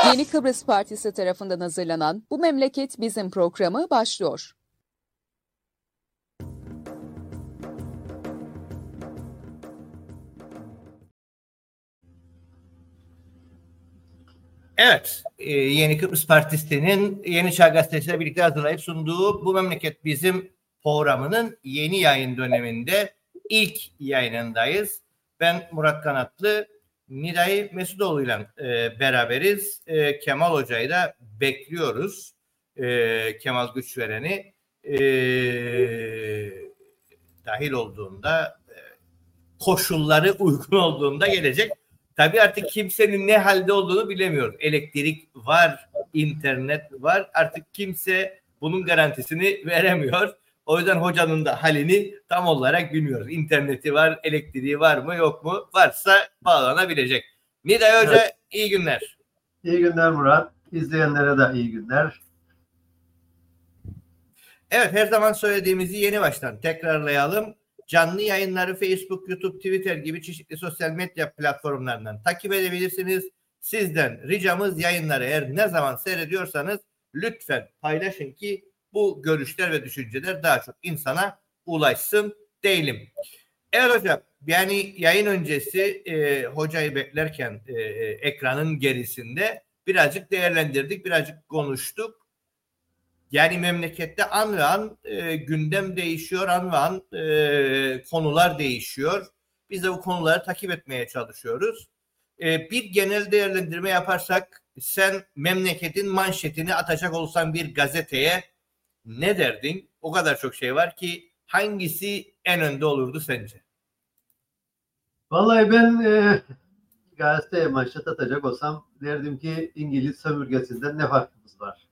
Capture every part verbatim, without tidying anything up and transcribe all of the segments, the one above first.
Yeni Kıbrıs Partisi tarafından hazırlanan Bu Memleket Bizim programı başlıyor. Evet, Yeni Kıbrıs Partisi'nin Yeni Çağ Gazetesi'yle birlikte hazırlayıp sunduğu Bu Memleket Bizim programının yeni yayın döneminde ilk yayınındayız. Ben Murat Kanatlı, Niday Mesudoğlu ile beraberiz. E, Kemal Hoca'yı da bekliyoruz. E, Kemal Güçveren'i e, dahil olduğunda, e, koşulları uygun olduğunda gelecek. Tabii artık kimsenin ne halde olduğunu bilemiyoruz. Elektrik var, internet var. Artık kimse bunun garantisini veremiyor. O yüzden hocanın da halini tam olarak bilmiyoruz. İnterneti var, elektriği var mı yok mu? Varsa bağlanabilecek. Niday Hoca, evet. iyi günler. İyi günler Murat. İzleyenlere de iyi günler. Evet, her zaman söylediğimizi yeni baştan tekrarlayalım. Canlı yayınları Facebook, YouTube, Twitter gibi çeşitli sosyal medya platformlarından takip edebilirsiniz. Sizden ricamız, yayınları eğer ne zaman seyrediyorsanız lütfen paylaşın ki bu görüşler ve düşünceler daha çok insana ulaşsın diyelim. Evet hocam, yani yayın öncesi e, hocayı beklerken e, ekranın gerisinde birazcık değerlendirdik, birazcık konuştuk. Yani memlekette an ve an e, gündem değişiyor, an ve an e, konular değişiyor. Biz de bu konuları takip etmeye çalışıyoruz. E, bir genel değerlendirme yaparsak, sen memleketin manşetini atacak olsan bir gazeteye ne derdin? O kadar çok şey var ki hangisi en önde olurdu sence? Vallahi ben e, gazeteye manşet atacak olsam derdim ki İngiliz sömürgesinden ne farkımız var?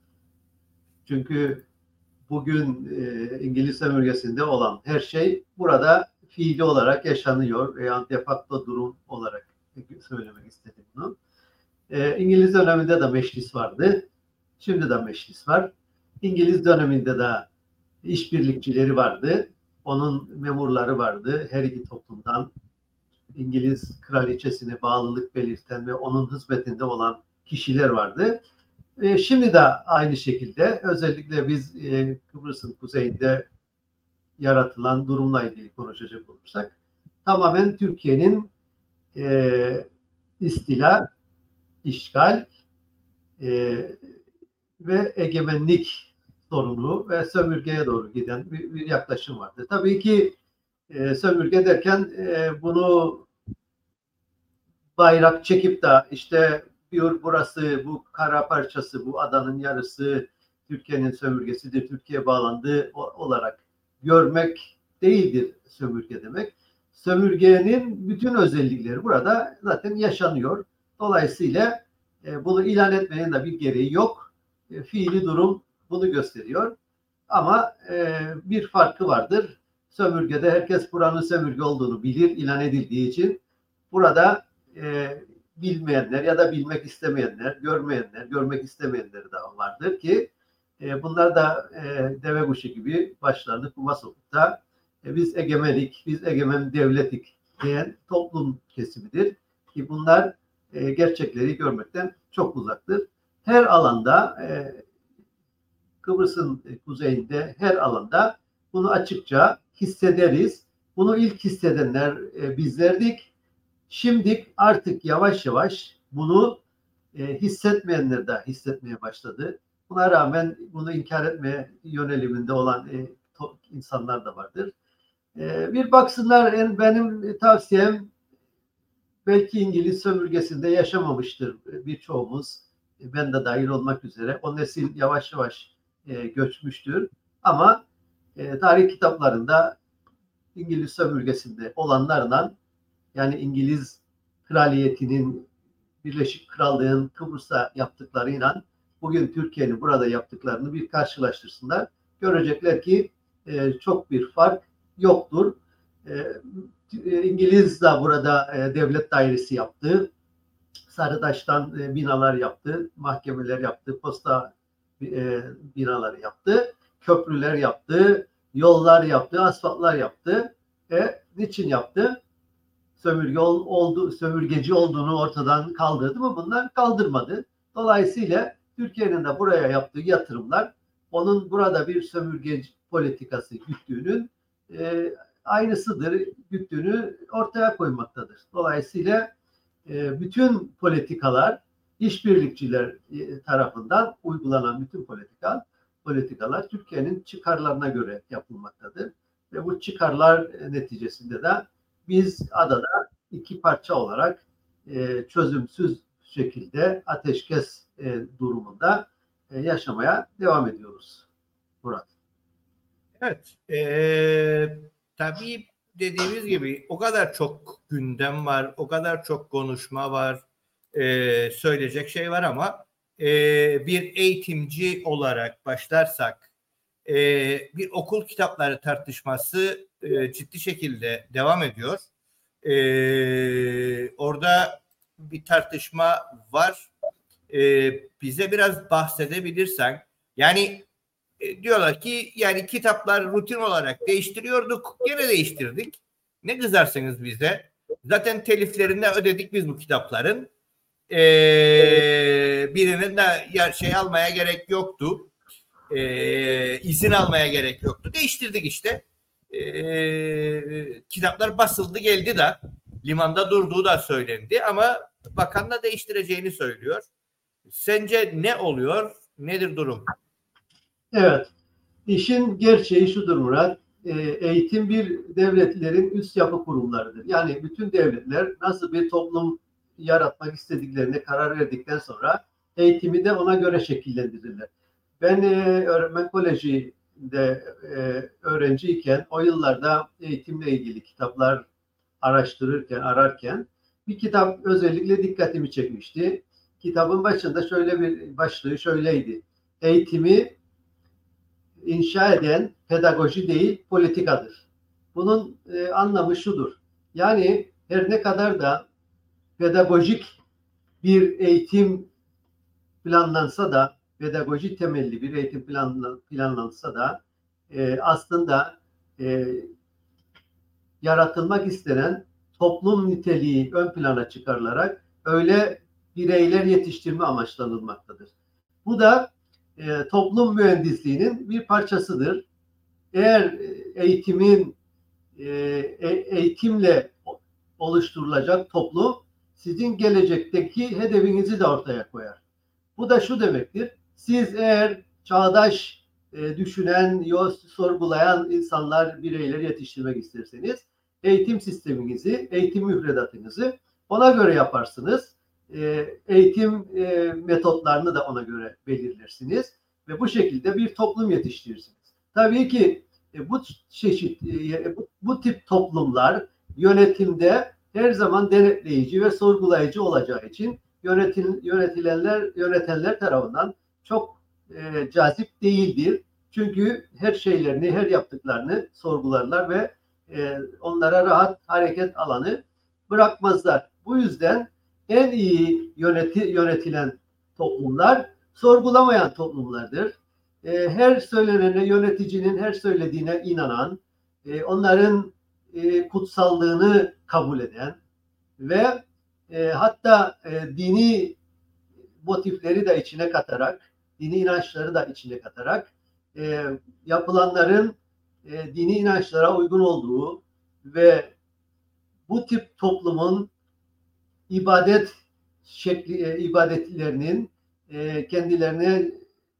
Çünkü bugün e, İngiliz sömürgesinde olan her şey burada fiili olarak yaşanıyor veya de facto durum olarak söylemek istedim bunu. E, İngiliz döneminde de meclis vardı. Şimdi de meclis var. İngiliz döneminde de işbirlikçileri vardı. Onun memurları vardı. Her iki toplumdan İngiliz kraliçesine bağlılık belirten ve onun hizmetinde olan kişiler vardı. E, şimdi de aynı şekilde, özellikle biz e, Kıbrıs'ın kuzeyinde yaratılan durumla ilgili konuşacak olursak, tamamen Türkiye'nin e, istila, işgal e, ve egemenlik sorunu ve sömürgeye doğru giden bir, bir yaklaşım vardır. Tabii ki e, sömürge derken e, bunu bayrak çekip de işte diyor burası, bu kara parçası, bu adanın yarısı Türkiye'nin sömürgesidir, Türkiye bağlandığı olarak görmek değildir sömürge demek. Sömürgenin bütün özellikleri burada zaten yaşanıyor. Dolayısıyla e, bunu ilan etmenin de bir gereği yok. E, fiili durum bunu gösteriyor. Ama e, bir farkı vardır. Sömürgede herkes buranın sömürge olduğunu bilir ilan edildiği için. Burada e, bilmeyenler ya da bilmek istemeyenler, görmeyenler, görmek istemeyenler de vardır ki e, bunlar da e, deve kuşu gibi başlarını kuma sokup da e, biz egemenik, biz egemen devletik diyen toplum kesimidir ki bunlar e, gerçekleri görmekten çok uzaktır. Her alanda e, Kıbrıs'ın kuzeyinde her alanda bunu açıkça hissederiz. Bunu ilk hissedenler e, bizlerdik. Şimdi artık yavaş yavaş bunu e, hissetmeyenler de hissetmeye başladı. Buna rağmen bunu inkar etmeye yöneliminde olan e, to, insanlar da vardır. E, bir baksınlar, yani benim tavsiyem, belki İngiliz sömürgesinde yaşamamıştır birçoğumuz, e, ben de dahil olmak üzere. O nesil yavaş yavaş e, göçmüştür. Ama e, tarih kitaplarında İngiliz sömürgesinde olanlarla, yani İngiliz kraliyetinin, Birleşik Krallığın Kıbrıs'ta yaptıklarıyla bugün Türkiye'nin burada yaptıklarını bir karşılaştırsınlar. Görecekler ki e, çok bir fark yoktur. E, İngiliz de burada e, devlet dairesi yaptı. Sarıtaş'tan e, binalar yaptı, mahkemeler yaptı, posta e, binaları yaptı, köprüler yaptı, yollar yaptı, asfaltlar yaptı. E, niçin yaptı? Sömürge oldu, sömürgeci olduğunu ortadan kaldırdı mı? Bunlar kaldırmadı. Dolayısıyla Türkiye'nin de buraya yaptığı yatırımlar onun burada bir sömürge politikası güttüğünün e, aynısıdır, güttüğünü ortaya koymaktadır. Dolayısıyla e, bütün politikalar işbirlikçiler e, tarafından uygulanan bütün politika, politikalar Türkiye'nin çıkarlarına göre yapılmaktadır. Ve bu çıkarlar neticesinde de biz adada iki parça olarak e, çözümsüz şekilde ateşkes e, durumunda e, yaşamaya devam ediyoruz. Murat. Evet. Ee, tabii dediğimiz gibi o kadar çok gündem var, o kadar çok konuşma var, e, söyleyecek şey var ama e, bir eğitimci olarak başlarsak e, bir okul kitapları tartışması e, ciddi şekilde devam ediyor. E, orada bir tartışma var. E, bize biraz bahsedebilirsen, yani e, diyorlar ki yani kitaplar rutin olarak değiştiriyorduk, gene değiştirdik. Ne kızarsınız bize? Zaten teliflerini ödedik biz bu kitapların. E, birinin de ya şey almaya gerek yoktu. E, izin almaya gerek yoktu. Değiştirdik işte. E, kitaplar basıldı geldi de limanda durduğu da söylendi ama bakan da değiştireceğini söylüyor. Sence ne oluyor? Nedir durum? Evet. İşin gerçeği şudur Murat. E, eğitim bir devletlerin üst yapı kurumlarıdır. Yani bütün devletler nasıl bir toplum yaratmak istediklerine karar verdikten sonra eğitimi de ona göre şekillendirirler. Ben e, öğretmen kolejinde e, öğrenciyken o yıllarda eğitimle ilgili kitaplar araştırırken, ararken bir kitap özellikle dikkatimi çekmişti. Kitabın başında şöyle bir başlığı şöyleydi. Eğitimi inşa eden pedagoji değil, politikadır. Bunun e, anlamı şudur. Yani her ne kadar da pedagojik bir eğitim planlansa da, pedagoji temelli bir eğitim planlan, planlansa da e, aslında e, yaratılmak istenen toplum niteliği ön plana çıkarılarak öyle bireyler yetiştirme amaçlanılmaktadır. Bu da e, toplum mühendisliğinin bir parçasıdır. Eğer eğitimin e, eğitimle oluşturulacak toplum sizin gelecekteki hedefinizi de ortaya koyar. Bu da şu demektir. Siz eğer çağdaş e, düşünen, yol sorgulayan insanlar, bireyler yetiştirmek isterseniz eğitim sisteminizi, eğitim müfredatınızı ona göre yaparsınız. E, eğitim e, metotlarını da ona göre belirlersiniz ve bu şekilde bir toplum yetiştirirsiniz. Tabii ki e, bu çeşit, e, bu, bu tip toplumlar yönetimde her zaman denetleyici ve sorgulayıcı olacağı için yönetil, yönetilenler yönetenler tarafından çok e, cazip değildir. Çünkü her şeylerini, her yaptıklarını sorgularlar ve e, onlara rahat hareket alanı bırakmazlar. Bu yüzden en iyi yöneti, yönetilen toplumlar sorgulamayan toplumlardır. E, her söylenene, yöneticinin her söylediğine inanan, e, onların e, kutsallığını kabul eden ve e, hatta e, dini motifleri de içine katarak, dini inançları da içine katarak e, yapılanların e, dini inançlara uygun olduğu ve bu tip toplumun ibadet şekli, e, ibadetlerinin e, kendilerine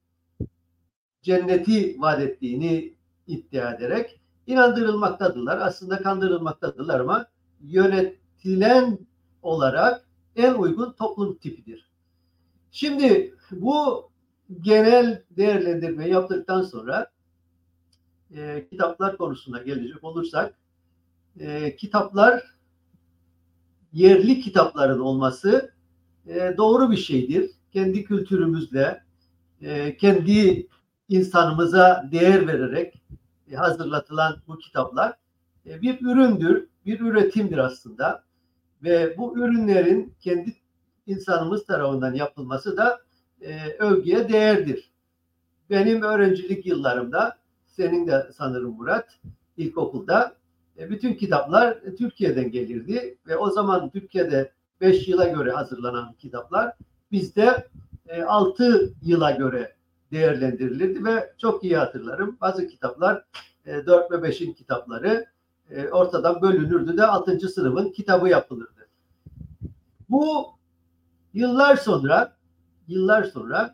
cenneti vaat ettiğini iddia ederek inandırılmaktadırlar. Aslında kandırılmaktadırlar ama yönetilen olarak en uygun toplum tipidir. Şimdi bu genel değerlendirme yaptıktan sonra e, kitaplar konusuna gelecek olursak e, kitaplar yerli kitapların olması e, doğru bir şeydir. Kendi kültürümüzle e, kendi insanımıza değer vererek e, hazırlatılan bu kitaplar e, bir üründür, bir üretimdir aslında. Ve bu ürünlerin kendi insanımız tarafından yapılması da e, övgüye değerdir. Benim öğrencilik yıllarımda, senin de sanırım Murat, ilkokulda e, bütün kitaplar e, Türkiye'den gelirdi ve o zaman Türkiye'de beş yıla göre hazırlanan kitaplar bizde altı yıla göre değerlendirilirdi ve çok iyi hatırlarım. Bazı kitaplar dört ve beşin kitapları ortadan bölünürdü de altıncı sınıfın kitabı yapılırdı. Bu yıllar sonra yıllar sonra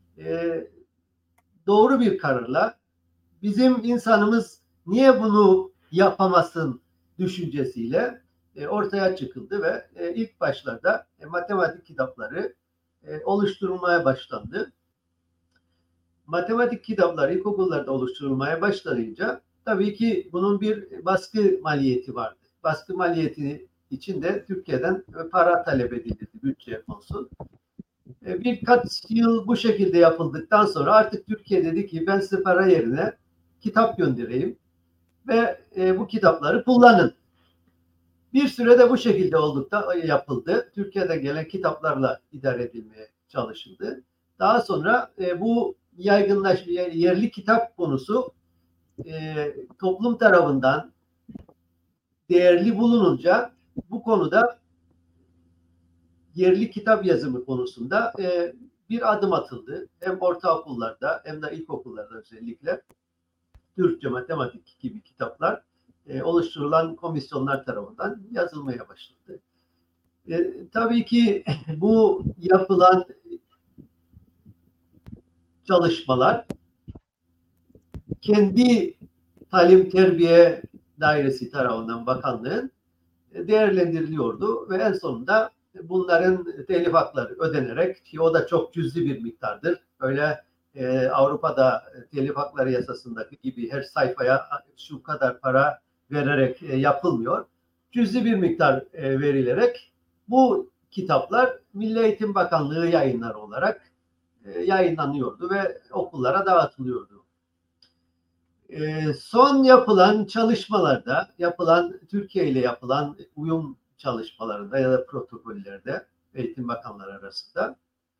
doğru bir kararla bizim insanımız niye bunu yapamasın düşüncesiyle ortaya çıkıldı ve ilk başlarda matematik kitapları oluşturulmaya başlandı. Matematik kitapları ilkokullarda oluşturulmaya başlanınca tabii ki bunun bir baskı maliyeti vardı. Baskı maliyeti için de Türkiye'den para talep edildi, bütçe konusu. Birkaç yıl bu şekilde yapıldıktan sonra artık Türkiye dedi ki ben size para yerine kitap göndereyim ve bu kitapları kullanın. Bir sürede bu şekilde oldukta yapıldı. Türkiye'den gelen kitaplarla idare edilmeye çalışıldı. Daha sonra e, bu yaygınlaş yerli kitap konusu e, toplum tarafından değerli bulununca bu konuda yerli kitap yazımı konusunda e, bir adım atıldı. Hem ortaokullarda hem de ilkokullarda özellikle Türkçe, matematik gibi kitaplar e, oluşturulan komisyonlar tarafından yazılmaya başladı. E, tabii ki bu yapılan çalışmalar kendi talim terbiye dairesi tarafından bakanlığın değerlendiriliyordu ve en sonunda bunların telif hakları ödenerek, ki o da çok cüzi bir miktardır. Öyle e, Avrupa'da telif hakları yasasındaki gibi her sayfaya şu kadar para vererek e, yapılmıyor. Cüzi bir miktar e, verilerek bu kitaplar Milli Eğitim Bakanlığı yayınları olarak e, yayınlanıyordu ve okullara dağıtılıyordu. E, son yapılan çalışmalarda, yapılan Türkiye ile yapılan uyum çalışmalarında ya da protokollerde eğitim bakanları arasında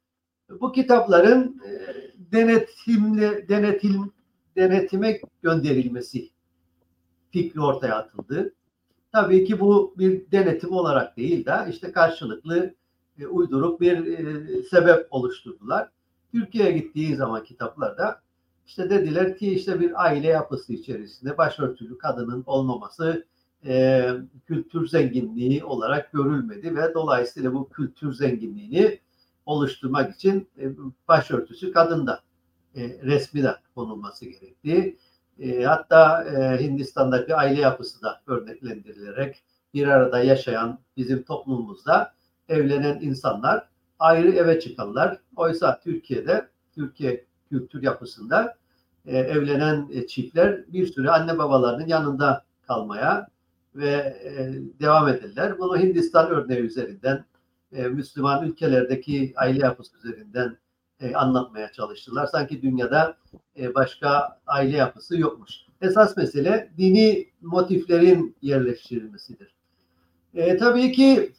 bu kitapların e, denetimli denetim denetime gönderilmesi fikri ortaya atıldı. Tabii ki bu bir denetim olarak değil de işte karşılıklı e, uyduruk bir e, sebep oluşturdular. Türkiye'ye gittiği zaman kitaplarda işte dediler ki işte bir aile yapısı içerisinde başörtülü kadının olmaması e, kültür zenginliği olarak görülmedi ve dolayısıyla bu kültür zenginliğini oluşturmak için e, başörtüsü kadında e, resmi de konulması gerekti. E, hatta e, Hindistan'daki aile yapısı da örneklendirilerek bir arada yaşayan bizim toplumumuzda evlenen insanlar ayrı eve çıkarlar. Oysa Türkiye'de, Türkiye kültür yapısında e, evlenen e, çiftler bir süre anne babalarının yanında kalmaya ve e, devam ederler. Bunu Hindistan örneği üzerinden, e, Müslüman ülkelerdeki aile yapısı üzerinden e, anlatmaya çalıştılar. Sanki dünyada e, başka aile yapısı yokmuş. Esas mesele dini motiflerin yerleştirilmesidir. E, tabii ki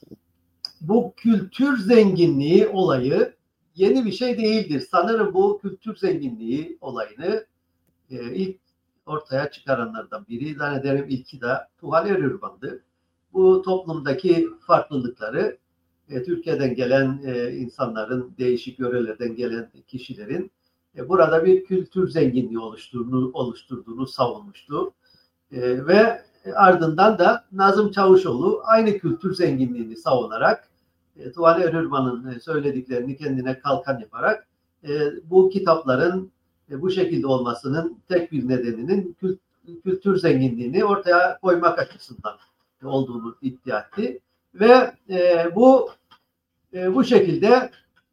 bu kültür zenginliği olayı yeni bir şey değildir. Sanırım bu kültür zenginliği olayını e, ilk ortaya çıkaranlardan biri, zannederim ilki de Tuval Erürban'dı. Bu toplumdaki farklılıkları e, Türkiye'den gelen e, insanların, değişik yörelerden gelen kişilerin e, burada bir kültür zenginliği oluşturduğunu, oluşturduğunu savunmuştu. E, ve ardından da Nazım Çavuşoğlu aynı kültür zenginliğini savunarak e, Tuval Erürban'ın söylediklerini kendine kalkan yaparak e, bu kitapların e, bu şekilde olmasının tek bir nedeninin kült, kültür zenginliğini ortaya koymak açısından olduğunu iddia etti. Ve e, bu e, bu şekilde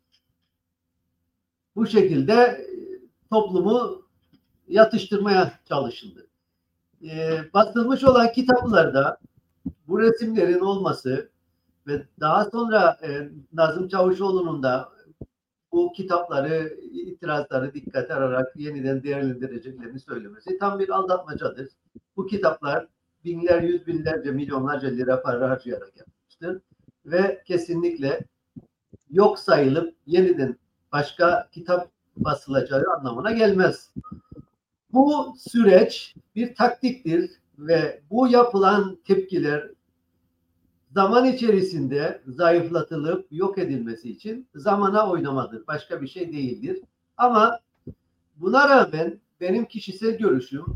bu şekilde toplumu yatıştırmaya çalışıldı. E, basılmış olan kitaplarda bu resimlerin olması ve daha sonra e, Nazım Çavuşoğlu'nun da bu kitapları, itirazları dikkate alarak yeniden değerlendireceklerini söylemesi tam bir aldatmacadır. Bu kitaplar binler, yüz binlerce, milyonlarca lira para harcayarak yapmıştır ve kesinlikle yok sayılıp yeniden başka kitap basılacağı anlamına gelmez. Bu süreç bir taktiktir ve bu yapılan tepkiler zaman içerisinde zayıflatılıp yok edilmesi için zamana oynamadır. Başka bir şey değildir. Ama buna rağmen benim kişisel görüşüm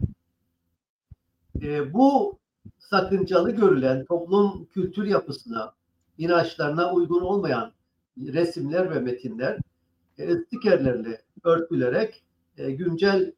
e, bu sakıncalı görülen toplum kültür yapısına, inançlarına uygun olmayan resimler ve metinler e, stikerlerle örtülerek e, güncel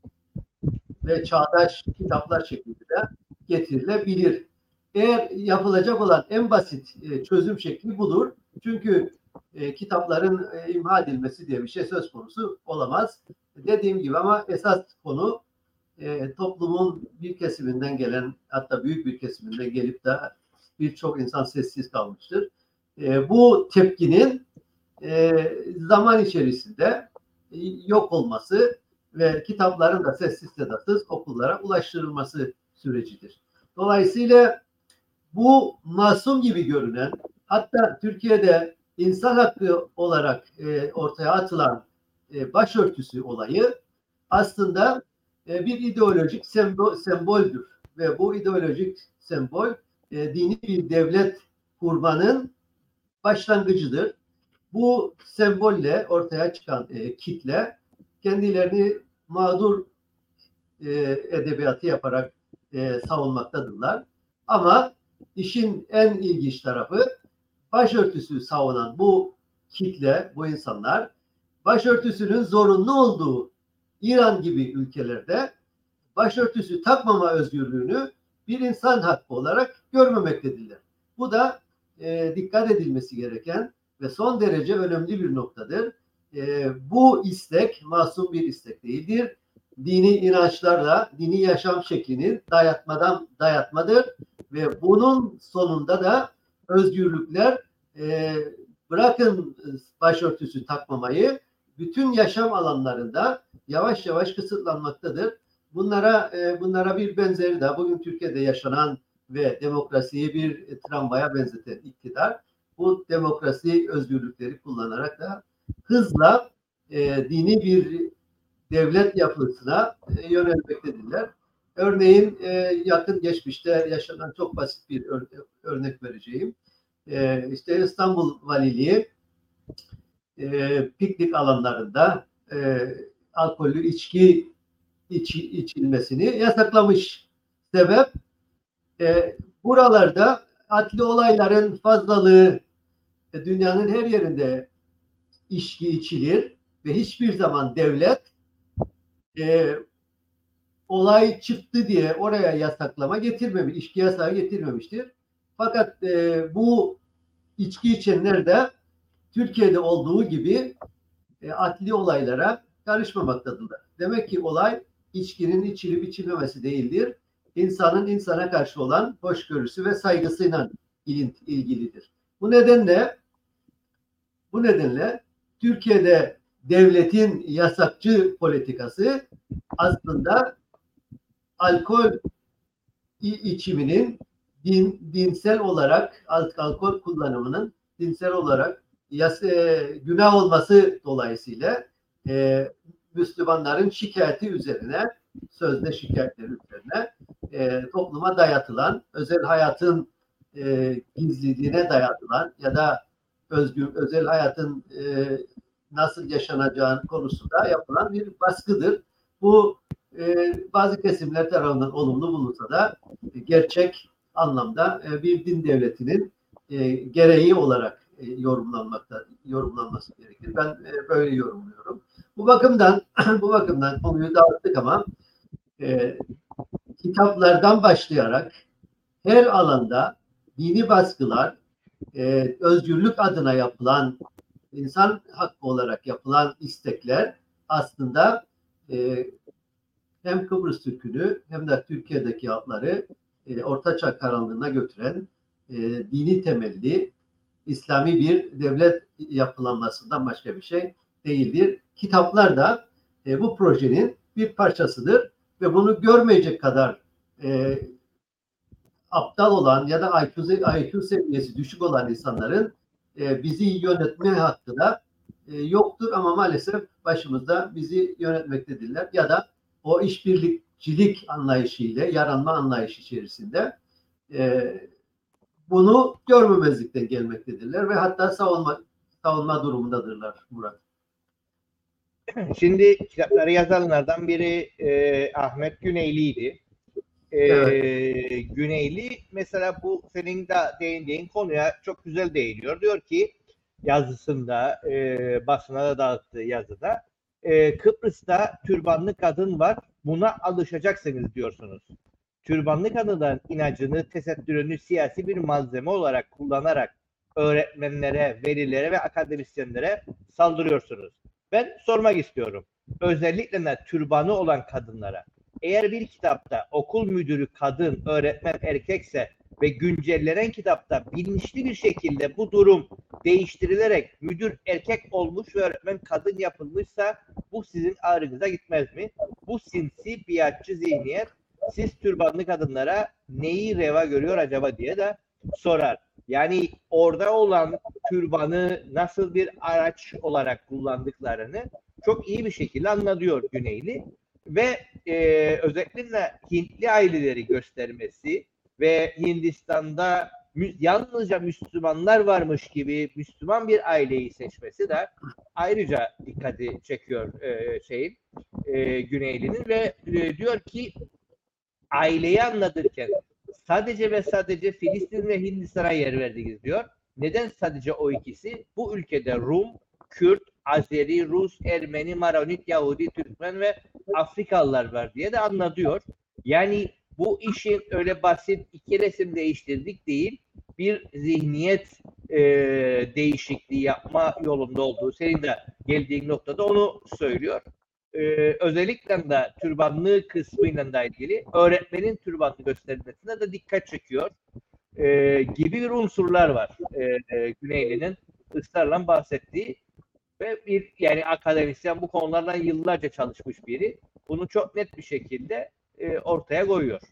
ve çağdaş kitaplar şeklinde getirilebilir. Eğer yapılacak olan en basit e, çözüm şekli budur. Çünkü e, kitapların e, imha edilmesi diye bir şey söz konusu olamaz. Dediğim gibi ama esas konu e, toplumun bir kesiminden gelen, hatta büyük bir kesiminden gelip de birçok insan sessiz kalmıştır. E, bu tepkinin e, zaman içerisinde e, yok olması ve kitapların da sessiz sedasız okullara ulaştırılması sürecidir. Dolayısıyla bu masum gibi görünen, hatta Türkiye'de insan hakkı olarak e, ortaya atılan e, başörtüsü olayı aslında e, bir ideolojik sembol, semboldür. Ve bu ideolojik sembol e, dini bir devlet kurmanın başlangıcıdır. Bu sembolle ortaya çıkan e, kitle kendilerini mağdur e, edebiyatı yaparak e, savunmaktadırlar. Ama işin en ilginç tarafı başörtüsü savunan bu kitle, bu insanlar başörtüsünün zorunlu olduğu İran gibi ülkelerde başörtüsü takmama özgürlüğünü bir insan hakkı olarak görmemektedirler. Bu da e, dikkat edilmesi gereken ve son derece önemli bir noktadır. E, bu istek masum bir istek değildir. Dini inançlarla, dini yaşam şeklini dayatmadan dayatmadır ve bunun sonunda da özgürlükler e, bırakın başörtüsü takmamayı bütün yaşam alanlarında yavaş yavaş kısıtlanmaktadır. Bunlara e, bunlara bir benzeri de bugün Türkiye'de yaşanan ve demokrasiyi bir tramvaya benzeten iktidar bu demokrasi özgürlükleri kullanarak da hızla e, dini bir devlet yapısına e, yönelmektedirler. Örneğin e, yakın geçmişte yaşanan çok basit bir ör- örnek vereceğim. E, işte İstanbul Valiliği e, piknik alanlarında e, alkollü içki iç, içilmesini yasaklamış. Sebep e, buralarda adli olayların fazlalığı e, dünyanın her yerinde içki içilir ve hiçbir zaman devlet e, olay çıktı diye oraya yasaklama getirmemiş, içki yasağı getirmemiştir. Fakat e, bu içki içenler de Türkiye'de olduğu gibi e, adli olaylara karışmamaktadırlar. Demek ki olay içkinin içilip içilmemesi değildir. İnsanın insana karşı olan hoşgörüsü ve saygısıyla ilgilidir. Bu nedenle bu nedenle Türkiye'de devletin yasakçı politikası aslında alkol içiminin din, dinsel olarak alkol kullanımının dinsel olarak yas, e, günah olması dolayısıyla e, Müslümanların şikayeti üzerine, sözde şikayetleri üzerine e, topluma dayatılan, özel hayatın e, gizliliğine dayatılan ya da özgür özel hayatın e, nasıl yaşanacağı konusunda yapılan bir baskıdır. Bu e, bazı kesimler tarafından olumlu bulunsa da e, gerçek anlamda e, bir din devletinin e, gereği olarak e, yorumlanmakta yorumlanması gerekir. Ben e, böyle yorumluyorum. Bu bakımdan bu bakımdan konuyu dağıttık ama e, kitaplardan başlayarak her alanda dini baskılar, e, özgürlük adına yapılan, insan hakkı olarak yapılan istekler aslında e, hem Kıbrıs Türk'ünü hem de Türkiye'deki halkları e, Ortaçağ karanlığına götüren e, dini temelli İslami bir devlet yapılanmasından başka bir şey değildir. Kitaplar da e, bu projenin bir parçasıdır ve bunu görmeyecek kadar e, aptal olan ya da I Q, I Q seviyesi düşük olan insanların e, bizi yönetme hakkı da e, yoktur ama maalesef başımızda bizi yönetmektedirler ya da o işbirlikçilik anlayışıyla, yaranma anlayışı içerisinde e, bunu görmemezlikten gelmektedirler ve hatta savunma savunma durumundadırlar Murat. Şimdi kitapları yazanlardan biri e, Ahmet Güneyli'ydi. E, evet. Güneyli mesela bu senin de değindiğin konuya çok güzel değiniyor. Diyor ki yazısında, e, basına da dağıttığı yazıda, e, Kıbrıs'ta türbanlı kadın var, buna alışacaksınız diyorsunuz. Türbanlı kadınların inancını, tesettürünü siyasi bir malzeme olarak kullanarak öğretmenlere, velilere ve akademisyenlere saldırıyorsunuz. Ben sormak istiyorum. Özellikle de türbanı olan kadınlara, eğer bir kitapta okul müdürü kadın, öğretmen erkekse ve güncellenen kitapta bilinçli bir şekilde bu durum değiştirilerek müdür erkek olmuş ve öğretmen kadın yapılmışsa bu sizin ağrınıza gitmez mi? Bu sinsi biatçı zihniyet siz türbanlı kadınlara neyi reva görüyor acaba diye de sorar. Yani orada olan türbanı nasıl bir araç olarak kullandıklarını çok iyi bir şekilde anlatıyor Güneyli ve e, özellikle Hintli aileleri göstermesi ve Hindistan'da yalnızca Müslümanlar varmış gibi Müslüman bir aileyi seçmesi de ayrıca dikkati çekiyor e, şeyin e, Güneyli'nin ve e, diyor ki aileyi anlatırken sadece ve sadece Filistin ve Hindistan'a yer verdiniz diyor. Neden sadece o ikisi? Bu ülkede Rum, Kürt, Azeri, Rus, Ermeni, Maronit, Yahudi, Türkmen ve Afrikalılar var diye de anlatıyor. Yani bu işin öyle basit iki resim değiştirdik değil, bir zihniyet e, değişikliği yapma yolunda olduğu, senin de geldiğin noktada onu söylüyor. Ee, özellikle de türbanlı kısmıyla da ilgili öğretmenin türbanlı gösterilmesine de dikkat çekiyor ee, gibi bir unsurlar var ee, e, Güneyli'nin ısrarla bahsettiği ve bir yani akademisyen bu konulardan yıllarca çalışmış biri bunu çok net bir şekilde e, ortaya koyuyor.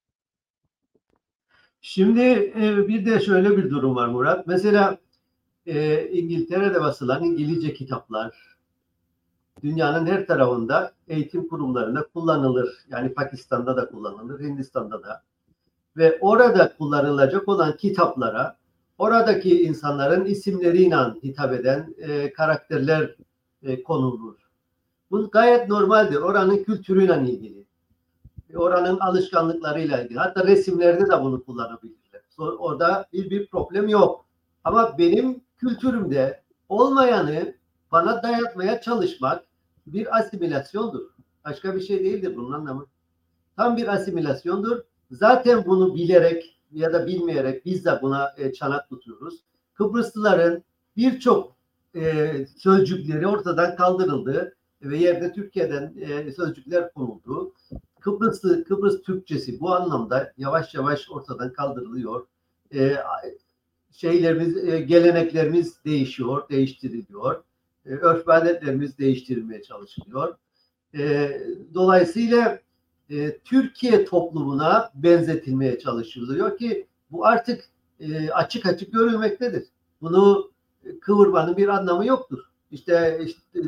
Şimdi e, bir de şöyle bir durum var Murat. Mesela e, İngiltere'de basılan İngilizce kitaplar dünyanın her tarafında eğitim kurumlarında kullanılır. Yani Pakistan'da da kullanılır, Hindistan'da da. Ve orada kullanılacak olan kitaplara oradaki insanların isimleriyle hitap eden e, karakterler e, konulur. Bu gayet normaldir. Oranın kültürüyle ilgili. Oranın alışkanlıklarıyla ilgili. Hatta resimlerde de bunu kullanabilirler. Orada bir, bir problem yok. Ama benim kültürümde olmayanı bana dayatmaya çalışmak bir asimilasyondur. Başka bir şey değildir bunun anlamı. Tam bir asimilasyondur. Zaten bunu bilerek ya da bilmeyerek biz de buna e, çanak tutuyoruz. Kıbrıslıların birçok e, sözcükleri ortadan kaldırıldı ve yerde Türkiye'den e, sözcükler konuldu. Kıbrıslı, Kıbrıs Türkçesi bu anlamda yavaş yavaş ortadan kaldırılıyor. E, şeylerimiz, e, geleneklerimiz değişiyor, değiştiriliyor. E, örf ve adetlerimiz değiştirilmeye çalışılıyor. E, dolayısıyla e, Türkiye toplumuna benzetilmeye çalışılıyor ki bu artık e, açık açık görülmektedir. Bunu e, kıvırmanın bir anlamı yoktur. İşte, işte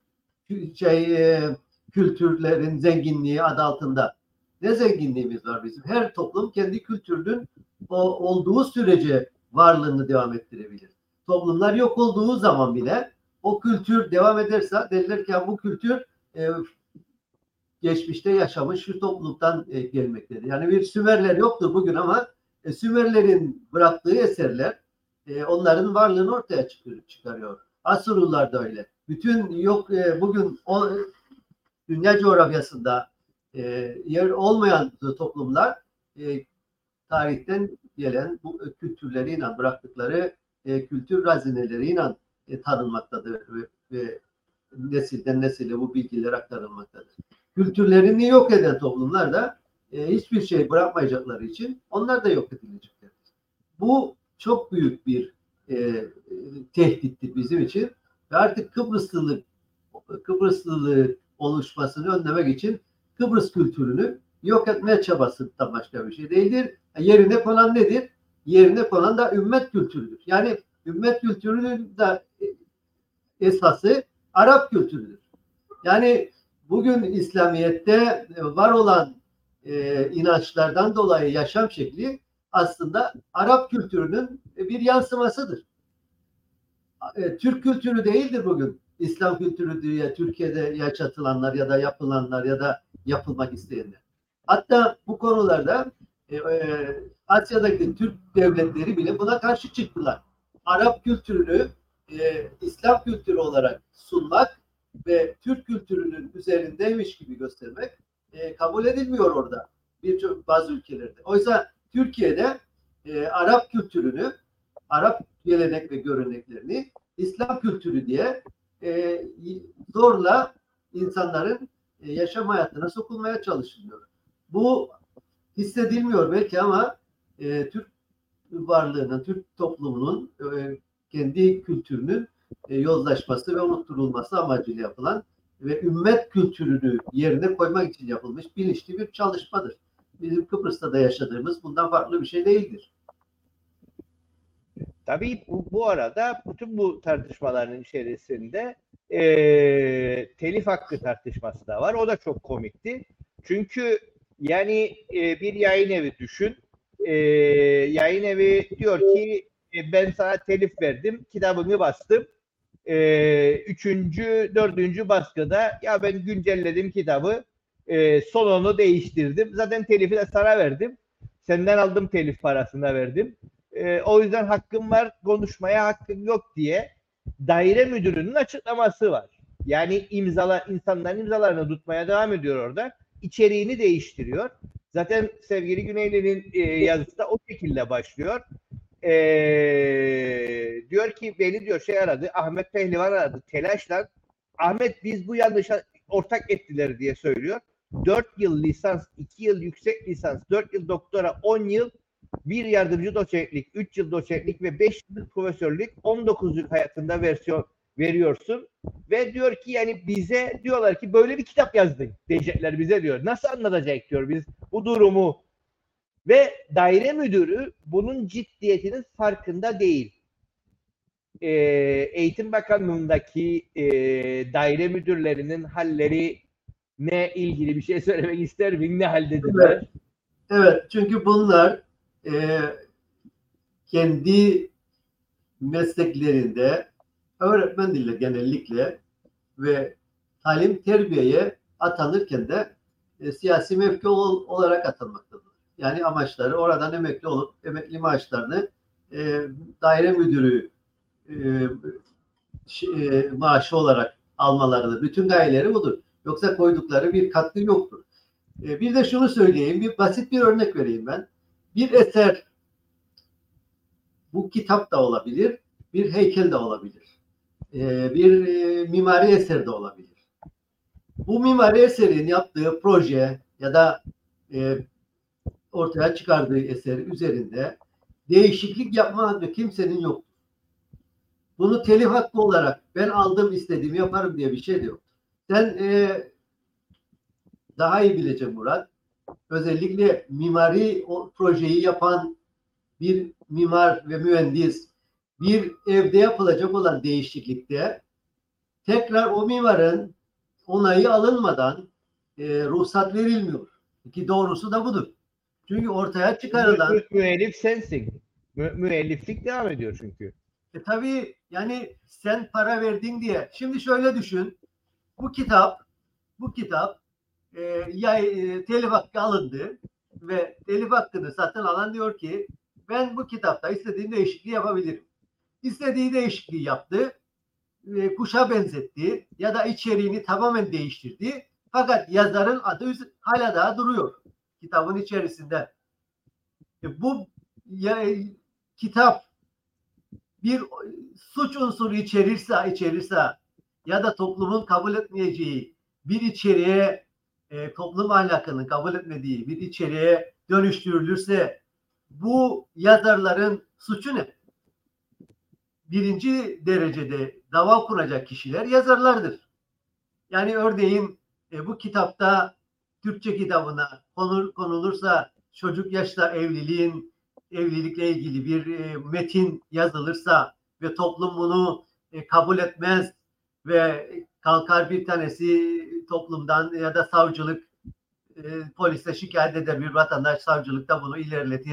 şey e, kültürlerin zenginliği adı altında. Ne zenginliğimiz var bizim? Her toplum kendi kültürünün o, olduğu sürece varlığını devam ettirebilir. Toplumlar yok olduğu zaman bile o kültür devam ederse derler ki bu kültür e, geçmişte yaşamış şu topluluktan e, gelmektedir. Yani bir Sümerler yoktur bugün ama e, Sümerlerin bıraktığı eserler e, onların varlığını ortaya çıkarıyor. Asurlular da öyle. Bütün yok e, bugün o, dünya coğrafyasında e, yer olmayan toplumlar e, tarihten gelen bu kültürleriyle bıraktıkları e, kültür hazineleriyle e, tanınmaktadır ve, ve nesilden nesile bu bilgiler aktarılmaktadır. Kültürlerini yok eden toplumlar da e, hiçbir şey bırakmayacakları için onlar da yok edilecekler. Bu çok büyük bir e, tehdittir bizim için ve artık Kıbrıslılık Kıbrıslılığı oluşmasını önlemek için Kıbrıs kültürünü yok etmeye çabasından başka bir şey değildir. Yerine konan nedir? Yerine konan da ümmet kültürüdür. Yani ümmet kültürünün de esası Arap kültürüdür. Yani bugün İslamiyet'te var olan e, inançlardan dolayı yaşam şekli aslında Arap kültürünün bir yansımasıdır. Türk kültürü değildir bugün. İslam kültürü diye Türkiye'de yaşatılanlar ya da yapılanlar ya da yapılmak isteyenler. Hatta bu konularda e, e, Asya'daki Türk devletleri bile buna karşı çıktılar. Arap kültürünü e, İslam kültürü olarak sunmak ve Türk kültürünün üzerindeymiş gibi göstermek e, kabul edilmiyor orada birçok bazı ülkelerde. Oysa Türkiye'de e, Arap kültürünü, Arap gelenek ve göreneklerini İslam kültürü diye e, zorla insanların e, yaşam hayatına sokulmaya çalışılıyor. Bu hissedilmiyor belki ama e, Türk varlığının, Türk toplumunun e, kendi kültürünün e, yozlaşması ve unutturulması amacıyla yapılan ve ümmet kültürünü yerine koymak için yapılmış bilinçli bir çalışmadır. Bizim Kıbrıs'ta da yaşadığımız bundan farklı bir şey değildir. Tabii bu, bu arada bütün bu tartışmaların içerisinde e, telif hakkı tartışması da var. O da çok komikti. Çünkü yani e, bir yayın evi düşün. E, yayın evi diyor ki e, ben sana telif verdim, kitabını bastım. E, üçüncü, dördüncü baskıda ya ben güncelledim kitabı, e, sonunu değiştirdim. Zaten telifi de sana verdim. Senden aldım, telif parasını verdim. E, o yüzden hakkım var, konuşmaya hakkım yok diye daire müdürünün açıklaması var. Yani imzalar, insanların imzalarını tutmaya devam ediyor orada. İçeriğini değiştiriyor. Zaten sevgili Güneyli'nin e, yazısı da o şekilde başlıyor. E, diyor ki beni diyor şey aradı, Ahmet Pehlivan aradı telaşla. Ahmet biz bu yanlışa ortak ettiler diye söylüyor. dört yıl lisans, iki yıl yüksek lisans, dört yıl doktora, on yıl bir yardımcı doçentlik, üç yıl doçentlik ve beş yıllık profesörlük, on dokuz yıl hayatında versiyon veriyorsun ve diyor ki yani bize diyorlar ki böyle bir kitap yazdın diyecekler bize diyor. Nasıl anlatacak diyor biz bu durumu ve daire müdürü bunun ciddiyetinin farkında değil. Ee, Eğitim Bakanlığı'ndaki e, daire müdürlerinin halleri ne ilgili bir şey söylemek ister miyim? Ne haldedirler? Evet, evet çünkü bunlar e, kendi mesleklerinde öğretmen dili genellikle ve talim terbiyeye atanırken de e, siyasi mevki ol, olarak atanmaktadır. Yani amaçları oradan emekli olup emekli maaşlarını e, daire müdürü e, e, maaşı olarak almalarıdır. Bütün gayeleri budur. Yoksa koydukları bir katkı yoktur. E, bir de şunu söyleyeyim, bir basit bir örnek vereyim ben. Bir eser, bu kitap da olabilir, bir heykel de olabilir. E, bir e, mimari eser de olabilir. Bu mimari eserin yaptığı proje ya da e, ortaya çıkardığı eser üzerinde değişiklik yapma hakkı kimsenin yoktur. Bunu telif hakkı olarak ben aldım istediğimi yaparım diye bir şey de yok. Sen e, daha iyi bileceğim Murat. Özellikle mimari o projeyi yapan bir mimar ve mühendis bir evde yapılacak olan değişiklikte tekrar o mimarın onayı alınmadan e, ruhsat verilmiyor. Ki doğrusu da budur. Çünkü ortaya çıkarılan Mü, müellif sensin. Mü, müelliflik devam ediyor çünkü. E tabii yani sen para verdin diye. Şimdi şöyle düşün. Bu kitap bu kitap e, yay, e, telif hakkı alındı ve telif hakkını satın alan diyor ki ben bu kitapta istediğim değişikliği yapabilirim. İstediği değişikliği yaptı. E, kuşa benzetti ya da içeriğini tamamen değiştirdi. Fakat yazarın adı hala daha duruyor kitabın içerisinde. E, bu ya, kitap bir suç unsuru içerirse içerirse ya da toplumun kabul etmeyeceği bir içeriğe e, toplum ahlakının kabul etmediği bir içeriğe dönüştürülürse bu yazarların suçu ne? Birinci derecede dava kuracak kişiler yazarlardır. Yani örneğin e, bu kitapta Türkçe kitabına konur, konulursa çocuk yaşta evliliğin evlilikle ilgili bir e, metin yazılırsa ve toplum bunu e, kabul etmez ve kalkar bir tanesi toplumdan ya da savcılık e, polise şikayet eder, bir vatandaş savcılıkta bunu ilerletir,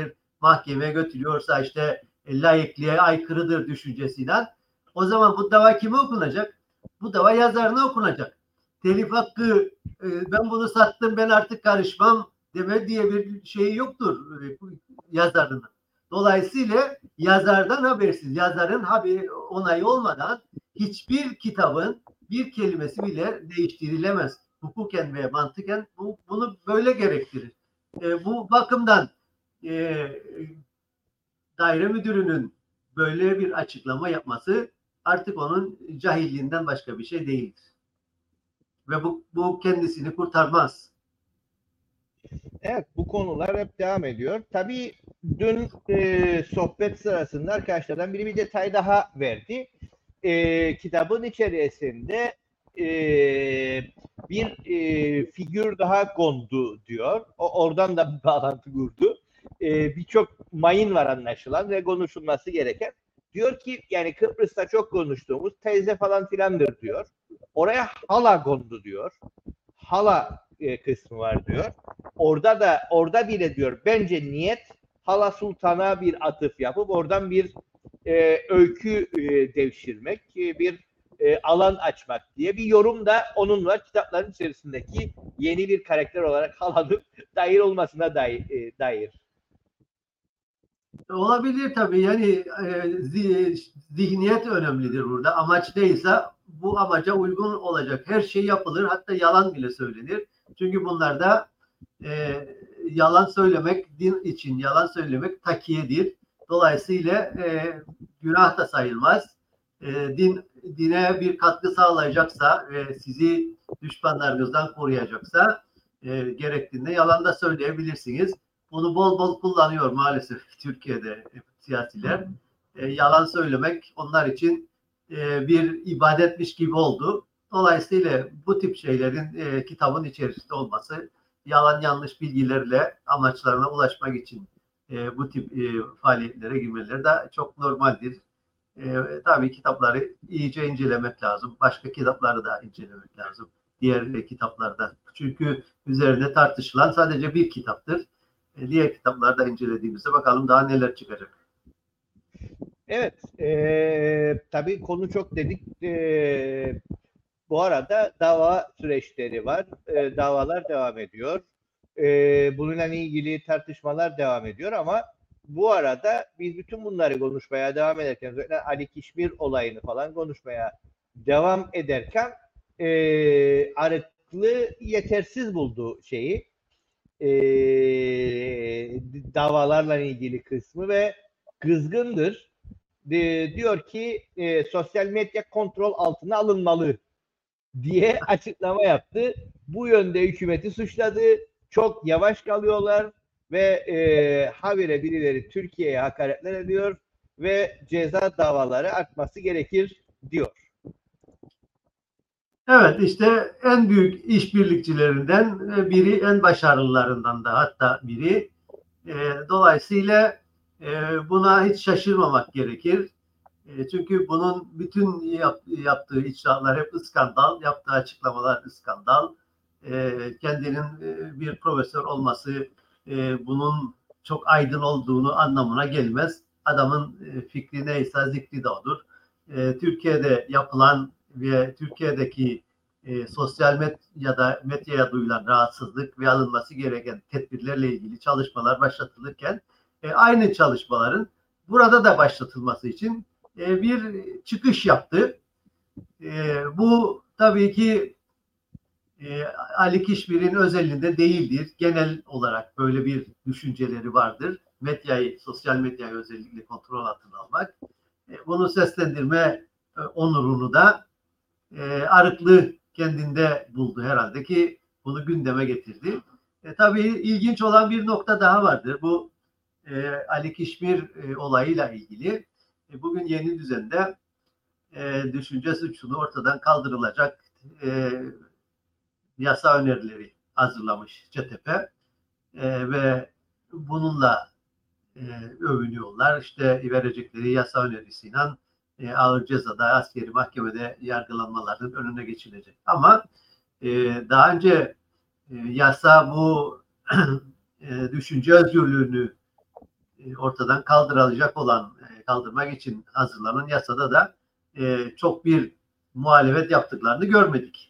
mahkemeye götürüyorsa işte e, laikliğe aykırıdır düşüncesiyle, o zaman bu dava kime okunacak? Bu dava yazarına okunacak. Telif hakkı, e, ben bunu sattım, ben artık karışmam deme diye bir şey yoktur e, yazarının. Dolayısıyla yazardan habersiz, yazarın haberi, onayı olmadan hiçbir kitabın bir kelimesi bile değiştirilemez. Hukuken ve mantıken bu, bunu böyle gerektirir. E, bu bakımdan e, daire müdürünün böyle bir açıklama yapması artık onun cahilliğinden başka bir şey değildir. Ve bu, bu kendisini kurtarmaz. Evet, bu konular hep devam ediyor. Tabii dün e, sohbet sırasında arkadaşlardan biri bir detay daha verdi. E, kitabın içerisinde e, bir e, figür daha kondu diyor. O, oradan da bir bağlantı kurdu. E, Birçok mayın var anlaşılan ve konuşulması gereken. Diyor ki yani Kıbrıs'ta çok konuştuğumuz teyze falan filandır diyor. Oraya hala kondu diyor. Hala e, kısmı var diyor. Orada da orada bile diyor bence niyet Hala Sultan'a bir atıf yapıp oradan bir e, öykü e, devşirmek, e, bir e, alan açmak diye bir yorum da onun var. Kitapların içerisindeki yeni bir karakter olarak Hala'nın dair olmasına dair. E, dair. Olabilir tabii, yani e, zihniyet önemlidir burada. Amaç neyse bu amaca uygun olacak her şey yapılır, hatta yalan bile söylenir. Çünkü bunlarda e, yalan söylemek, din için yalan söylemek takiyedir. Dolayısıyla e, günah da sayılmaz. E, din dine bir katkı sağlayacaksa ve sizi düşmanlarınızdan koruyacaksa e, gerektiğinde yalan da söyleyebilirsiniz. Bunu bol bol kullanıyor maalesef Türkiye'de siyasiler. E, yalan söylemek onlar için e, bir ibadetmiş gibi oldu. Dolayısıyla bu tip şeylerin e, kitabın içerisinde olması, yalan yanlış bilgilerle amaçlarına ulaşmak için e, bu tip e, faaliyetlere girmeleri de çok normaldir. E, tabii kitapları iyice incelemek lazım. Başka kitapları da incelemek lazım. Diğer e, kitaplarda. Çünkü üzerinde tartışılan sadece bir kitaptır. Diğer kitaplarda incelediğimizde bakalım daha neler çıkacak. Evet, e, tabii konu çok dedik. E, bu arada dava süreçleri var. E, davalar devam ediyor. E, bununla ilgili tartışmalar devam ediyor ama bu arada biz bütün bunları konuşmaya devam ederken, özellikle Ali Kişmir olayını falan konuşmaya devam ederken e, Arıklı yetersiz buldu şeyi. E, davalarla ilgili kısmı ve kızgındır. E, diyor ki e, sosyal medya kontrol altına alınmalı diye açıklama yaptı. Bu yönde hükümeti suçladı. Çok yavaş kalıyorlar ve e, habire birileri Türkiye'ye hakaretler ediyor ve ceza davaları artması gerekir diyor. Evet, işte en büyük işbirlikçilerinden biri, en başarılılarından da hatta biri. E, dolayısıyla e, buna hiç şaşırmamak gerekir. E, çünkü bunun bütün yap, yaptığı icraatlar hep skandal, yaptığı açıklamalar skandal. E, kendinin e, bir profesör olması e, bunun çok aydın olduğunu anlamına gelmez. Adamın e, fikri neyse zikri de odur. E, Türkiye'de yapılan ve Türkiye'deki e, sosyal medyada medyaya duyulan rahatsızlık ve alınması gereken tedbirlerle ilgili çalışmalar başlatılırken e, aynı çalışmaların burada da başlatılması için e, bir çıkış yaptı. E, bu tabii ki e, Ali Kişmir'in özelinde değildir. Genel olarak böyle bir düşünceleri vardır. Medyayı, sosyal medyayı özellikle kontrol altına almak. E, bunu seslendirme e, onurunu da e, Arıklı kendinde buldu herhalde ki bunu gündeme getirdi. E, tabii ilginç olan bir nokta daha vardır. Bu e, Ali Kişmir e, olayıyla ilgili. E, bugün Yeni Düzen'de e, düşünce suçunu ortadan kaldırılacak e, yasa önerileri hazırlamış C T P e, ve bununla e, övünüyorlar. İşte verecekleri yasa önerisiyle e, ağır cezada askeri mahkemede yargılanmaların önüne geçilecek. Ama e, daha önce e, yasa bu e, düşünce özgürlüğünü e, ortadan kaldırılacak olan, e, kaldırmak için hazırlanan yasada da e, çok bir muhalefet yaptıklarını görmedik.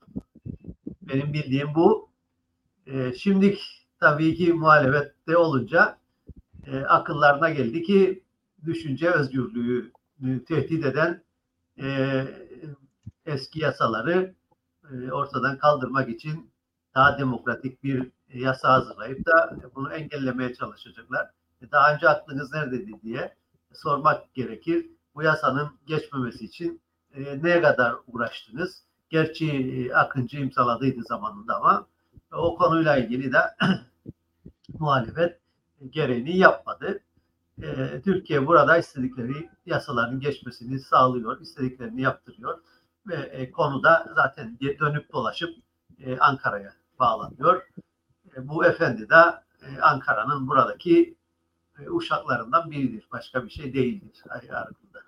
Benim bildiğim bu. E, şimdi tabii ki muhalefette olunca e, akıllarına geldi ki düşünce özgürlüğü e, tehdit eden e, eski yasaları e, ortadan kaldırmak için daha demokratik bir yasa hazırlayıp da bunu engellemeye çalışacaklar. Daha önce aklınız neredeydi diye sormak gerekir. Bu yasanın geçmemesi için e, neye kadar uğraştınız? Gerçi e, Akıncı imzaladıydı zamanında ama o konuyla ilgili de muhalefet gereğini yapmadı. E, Türkiye burada istedikleri yasaların geçmesini sağlıyor, istediklerini yaptırıyor ve e, konuda zaten dönüp dolaşıp e, Ankara'ya bağlanıyor. E, bu efendi de e, Ankara'nın buradaki e, uşaklarından biridir. Başka bir şey değildir. Yargıda.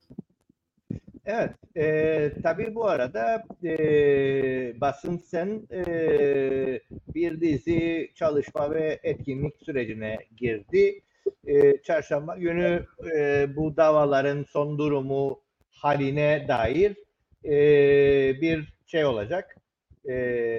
Evet. E, tabii bu arada e, Basın Sen e, bir dizi çalışma ve etkinlik sürecine girdi. E, çarşamba günü e, bu davaların son durumu haline dair e, bir şey olacak. E,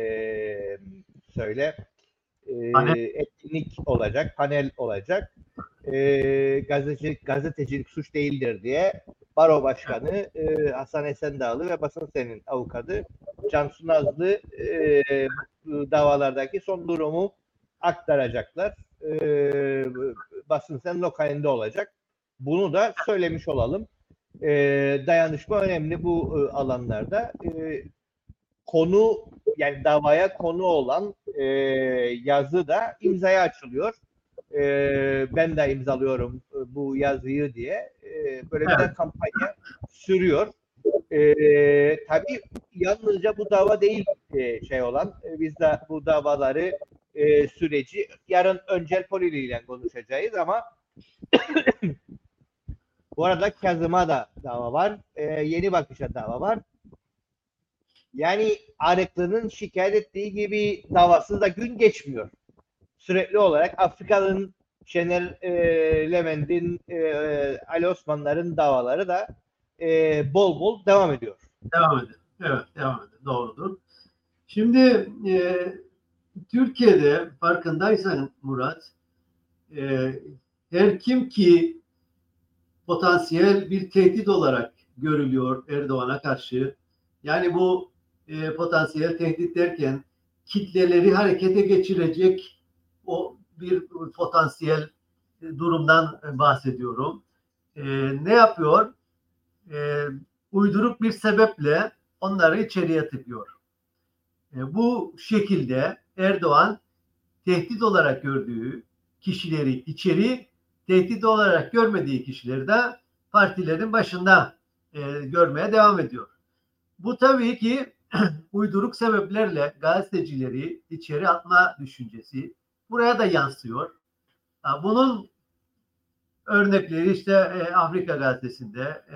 söyle e, etkinlik olacak, panel olacak. E, gazetecilik, gazetecilik suç değildir diye Baro Başkanı e, Hasan Esendağlı ve Basın Sen'in avukatı Cansu Nazlı e, davalardaki son durumu aktaracaklar. E, Basın Sen lokalinde olacak. Bunu da söylemiş olalım. E, dayanışma önemli bu e, alanlarda. E, konu yani davaya konu olan e, yazı da imzaya açılıyor. E, ben de imzalıyorum e, bu yazıyı diye e, böyle bir de kampanya sürüyor. E, tabii yalnızca bu dava değil e, şey olan e, biz de bu davaları e, süreci yarın Öncel Poli ile konuşacağız ama bu arada Kazım'a da dava var. E, Yeni Bakış'a dava var. Yani Arıklı'nın şikayet ettiği gibi davasız da gün geçmiyor. Sürekli olarak Afrika'nın Şener e, Levent'in, e, Ali Osmanların davaları da e, bol bol devam ediyor. Devam ediyor. Evet, devam ediyor. Doğrudur. Şimdi e, Türkiye'de farkındaysan Murat, e, her kim ki potansiyel bir tehdit olarak görülüyor Erdoğan'a karşı, yani bu e, potansiyel tehdit derken kitleleri harekete geçirecek o bir potansiyel durumdan bahsediyorum. E, ne yapıyor? E, uyduruk bir sebeple onları içeriye tıkıyor. E, bu şekilde Erdoğan tehdit olarak gördüğü kişileri içeri, tehdit olarak görmediği kişileri de partilerin başında e, görmeye devam ediyor. Bu tabii ki uyduruk sebeplerle gazetecileri içeri atma düşüncesi buraya da yansıyor. Bunun örnekleri işte e, Afrika gazetesinde e,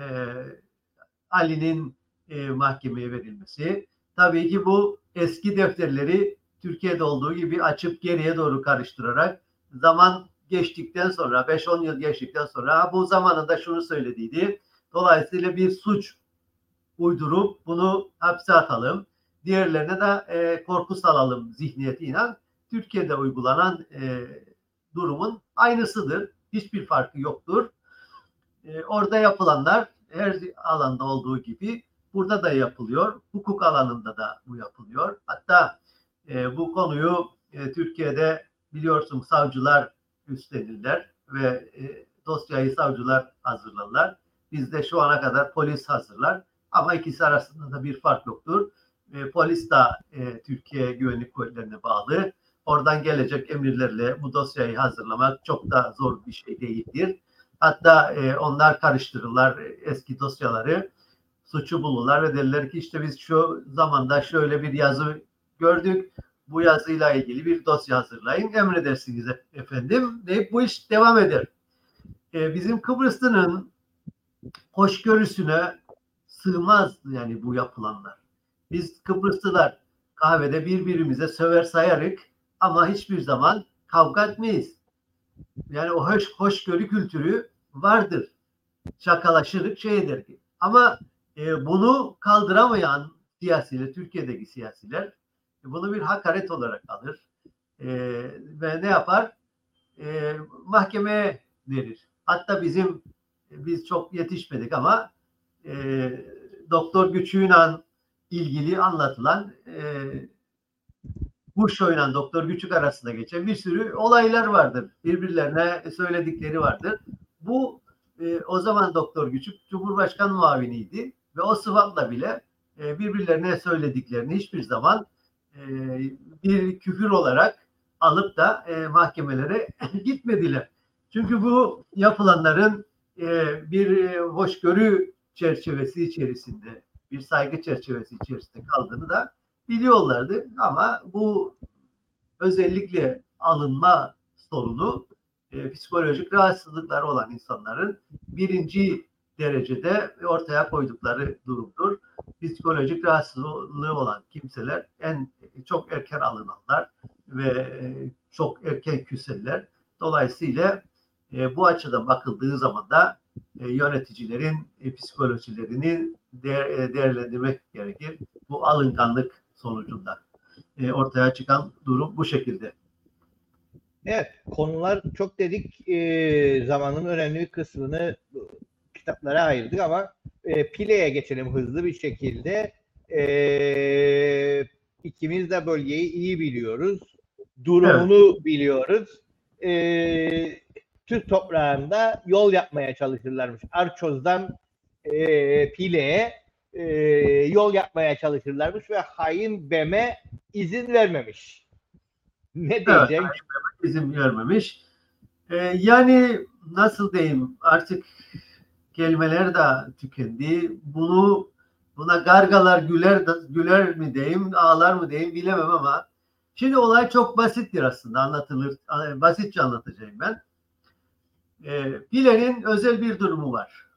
Ali'nin e, mahkemeye verilmesi. Tabii ki bu eski defterleri Türkiye'de olduğu gibi açıp geriye doğru karıştırarak zaman geçtikten sonra beş on yıl geçtikten sonra bu zamanında şunu söylediydi. Dolayısıyla bir suç uydurup bunu hapse atalım. Diğerlerine de e, korku salalım zihniyetiyle Türkiye'de uygulanan e, durumun aynısıdır. Hiçbir farkı yoktur. E, orada yapılanlar her alanda olduğu gibi burada da yapılıyor. Hukuk alanında da bu yapılıyor. Hatta e, bu konuyu e, Türkiye'de biliyorsun savcılar üstlenirler ve e, dosyayı savcılar hazırlarlar. Bizde şu ana kadar polis hazırlar. Ama ikisi arasında da bir fark yoktur. E, polis de e, Türkiye Güvenlik Kuvvetleri'ne bağlı. Oradan gelecek emirlerle bu dosyayı hazırlamak çok da zor bir şey değildir. Hatta e, onlar karıştırırlar eski dosyaları, suçu bulurlar ve derler ki işte biz şu zamanda şöyle bir yazı gördük. Bu yazıyla ilgili bir dosya hazırlayın, emredersiniz efendim deyip bu iş devam eder. E, bizim Kıbrıslı'nın hoşgörüsüne sığmaz yani bu yapılanlar. Biz Kıbrıslılar kahvede birbirimize söver sayarık ama hiçbir zaman kavga etmeyiz. Yani o hoş, hoşgörü kültürü vardır. Şakalaşırık şey eder ki. Ama e, bunu kaldıramayan siyasiler, Türkiye'deki siyasiler bunu bir hakaret olarak alır. E, ve ne yapar? E, mahkemeye verir. Hatta bizim biz çok yetişmedik ama e, Doktor Güçük'le ilgili anlatılan e, Bush oynan Doktor Güçük arasında geçen bir sürü olaylar vardır. Birbirlerine söyledikleri vardır. Bu e, o zaman Doktor Güçük Cumhurbaşkanı muaviniydi ve o sıfatla bile e, birbirlerine söylediklerini hiçbir zaman e, bir küfür olarak alıp da e, mahkemelere gitmediler. Çünkü bu yapılanların e, bir e, hoşgörü çerçevesi içerisinde, bir saygı çerçevesi içerisinde kaldığını da biliyorlardı. Ama bu özellikle alınma sorunu e, psikolojik rahatsızlıkları olan insanların birinci derecede ortaya koydukları durumdur. Psikolojik rahatsızlığı olan kimseler en çok erken alınanlar ve e, çok erken küseller. Dolayısıyla e, bu açıdan bakıldığı zaman da e, yöneticilerin e, psikolojilerini değer, e, değerlendirmek gerekir. Bu alınganlık sonucunda e, ortaya çıkan durum bu şekilde. Evet, konular çok dedik. E, zamanın önemli bir kısmını kitaplara ayırdık ama e, Pile'ye geçelim hızlı bir şekilde. E, ikimiz de bölgeyi iyi biliyoruz. Durumunu evet. biliyoruz. E, Türk toprağında yol yapmaya çalışırlarmış. Arçoz'dan e, Pile'ye e, yol yapmaya çalışırlarmış ve hain B E M'e izin vermemiş. Ne diyecek? Evet, izin vermemiş. Ee, yani nasıl diyeyim, artık kelimeler de tükendi. Bunu buna gargalar güler güler mi diyeyim, ağlar mı diyeyim bilemem ama şimdi olay çok basittir aslında, anlatılır. Basitçe anlatacağım ben. Ee, Pile'nin özel bir durumu var.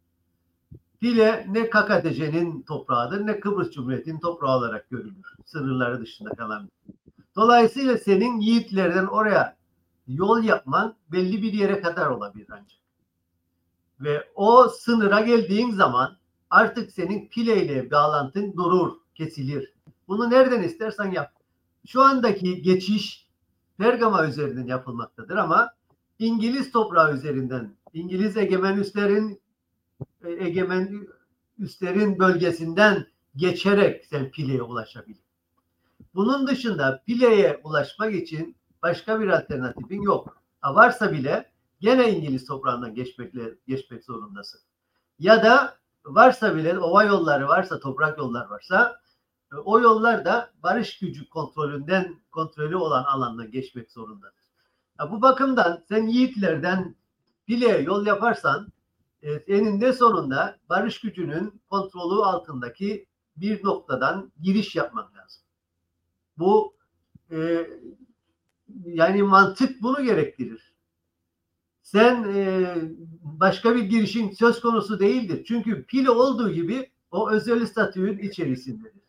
Pile ne K K T C'nin toprağıdır ne Kıbrıs Cumhuriyeti'nin toprağı olarak görülür. Sınırları dışında kalan. Dolayısıyla senin yiğitlerden oraya yol yapman belli bir yere kadar olabilir ancak. Ve o sınıra geldiğin zaman artık senin Pile ile bağlantın durur, kesilir. Bunu nereden istersen yap. Şu andaki geçiş Pergama üzerinden yapılmaktadır ama İngiliz toprağı üzerinden, İngiliz egemen üslerin egemen üslerin bölgesinden geçerek sen Pile'ye ulaşabilirsin. Bunun dışında Pile'ye ulaşmak için başka bir alternatifin yok. Ha, varsa bile gene İngiliz toprağından geçmekle geçmek zorundasın. Ya da varsa bile ova yolları varsa, toprak yollar varsa o yollar da barış gücü kontrolünden kontrolü olan alandan geçmek zorundadır. Ha, bu bakımdan sen yiğitlerden Pile'ye yol yaparsan e, eninde sonunda barış gücünün kontrolü altındaki bir noktadan giriş yapman lazım. Bu e, yani mantık bunu gerektirir. Sen e, başka bir girişin söz konusu değildir. Çünkü Pile olduğu gibi o özel statünün içerisindedir.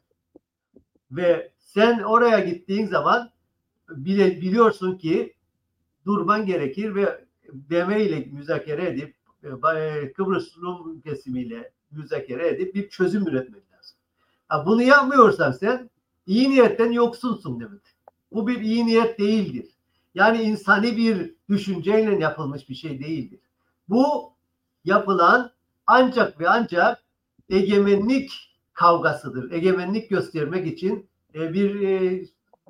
Ve sen oraya gittiğin zaman bile biliyorsun ki durman gerekir ve B E M ile müzakere edip e, Kıbrıs Rum kesimiyle müzakere edip bir çözüm üretmek lazım. Ha, bunu yapmıyorsan sen iyi niyetten yoksunsun demek. Bu bir iyi niyet değildir. Yani insani bir düşünceyle yapılmış bir şey değildir. Bu yapılan ancak ve ancak egemenlik kavgasıdır. Egemenlik göstermek için bir e,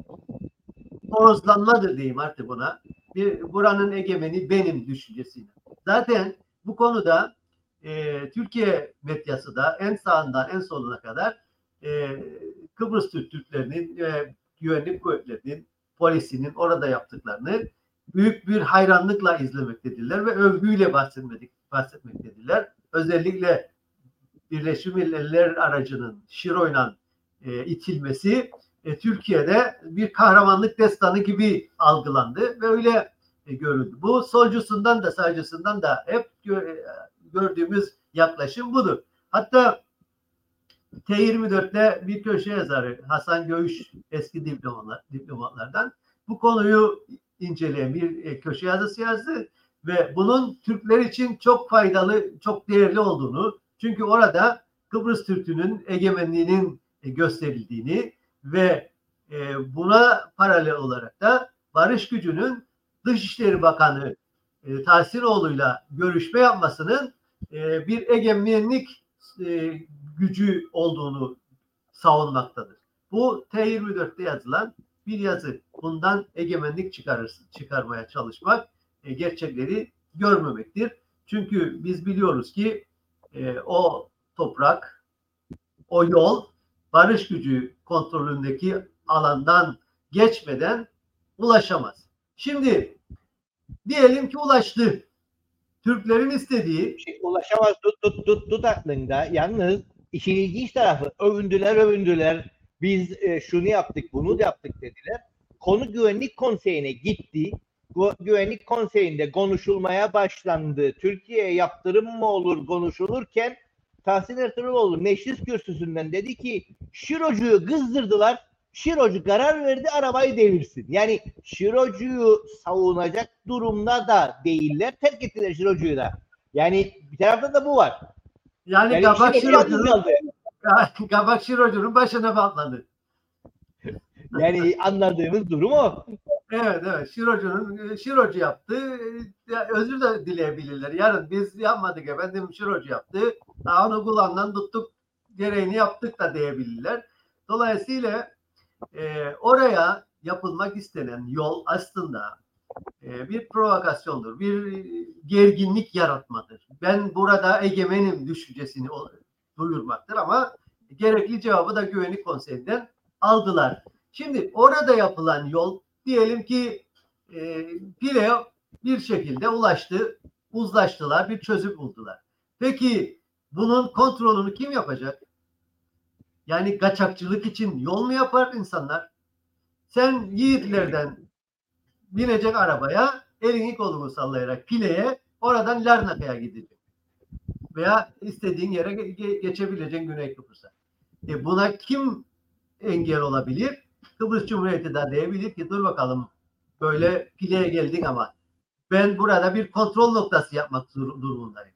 horozlanmadır diyeyim artık buna. Bir, buranın egemeni benim düşüncesiyle. Zaten bu konuda e, Türkiye medyası da en sağından en soluna kadar e, Kıbrıs Türk Türklerinin e, güvenlik kuvvetlerinin, polisinin orada yaptıklarını büyük bir hayranlıkla izlemektedirler ve övgüyle bahsetmedik, bahsetmektedirler. Özellikle Birleşmiş Milletler aracının Şiro'yla e, itilmesi e, Türkiye'de bir kahramanlık destanı gibi algılandı ve öyle e, görüldü. Bu solcusundan da sağcısından da hep gö- gördüğümüz yaklaşım budur. Hatta T yirmi dörtte bir köşe yazarı Hasan Göğüş, eski diplomatlar, diplomatlardan bu konuyu inceleyen bir e, köşe yazısı yazdı ve bunun Türkler için çok faydalı, çok değerli olduğunu, çünkü orada Kıbrıs Türk'ünün egemenliğinin e, gösterildiğini ve e, buna paralel olarak da barış gücünün Dışişleri Bakanı e, Tahsinoğlu'yla görüşme yapmasının e, bir egemenlik e, gücü olduğunu savunmaktadır. Bu T yirmi dörtte yazılan bir yazı. Bundan egemenlik çıkarırsın, çıkarmaya çalışmak e, gerçekleri görmemektir. Çünkü biz biliyoruz ki e, o toprak, o yol barış gücü kontrolündeki alandan geçmeden ulaşamaz. Şimdi diyelim ki ulaştı. Türklerin istediği şey, ulaşamaz tut tut tut tut aklında. Yalnız işin ilginç tarafı övündüler övündüler. Biz e, şunu yaptık bunu da yaptık dediler. Konu Güvenlik Konseyi'ne gitti. Gu- Güvenlik Konseyi'nde konuşulmaya başlandı. Türkiye'ye yaptırım mı olur konuşulurken Tahsin Ertuğruloğlu meclis kürsüsünden dedi ki Şirocu'yu kızdırdılar. Şirocu karar verdi arabayı devirsin. Yani Şirocu'yu savunacak durumda da değiller. Terk ettiler Şirocu'yu da. Yani bir tarafta da bu var. yani, Yani Kabak Şirocu yalnız Şirocu'nun kaldı. Kabak Şirocu'nun başına patladı. Yani anladığımız durum o. Evet evet. Şirocu'nun Şirocu yaptı. Ya, özür de dileyebilirler. Yarın biz yapmadık efendim, Şirocu yaptı. Daha onu kulağından tuttuk, gereğini yaptık da diyebilirler. Dolayısıyla e, oraya yapılmak istenen yol aslında e, bir provokasyondur. Bir gerginlik yaratmadır. Ben burada egemenim düşüncesini duyurmaktır ama gerekli cevabı da Güvenlik Konseyi'nden aldılar. Şimdi orada yapılan yol diyelim ki e, Pire'ye bir şekilde ulaştı, uzlaştılar, bir çözüm buldular. Peki bunun kontrolünü kim yapacak? Yani kaçakçılık için yol mu yapar insanlar? Sen yiğitlerden binecek arabaya, elini kolunu sallayarak Pile'ye, oradan Larnaka'ya gidecek. Veya istediğin yere ge- geçebileceğin Güney Kıbrıs'a. E buna kim engel olabilir? Kıbrıs Cumhuriyeti de diyebilir ki dur bakalım, böyle Pile'ye geldik ama ben burada bir kontrol noktası yapmak durumundayım.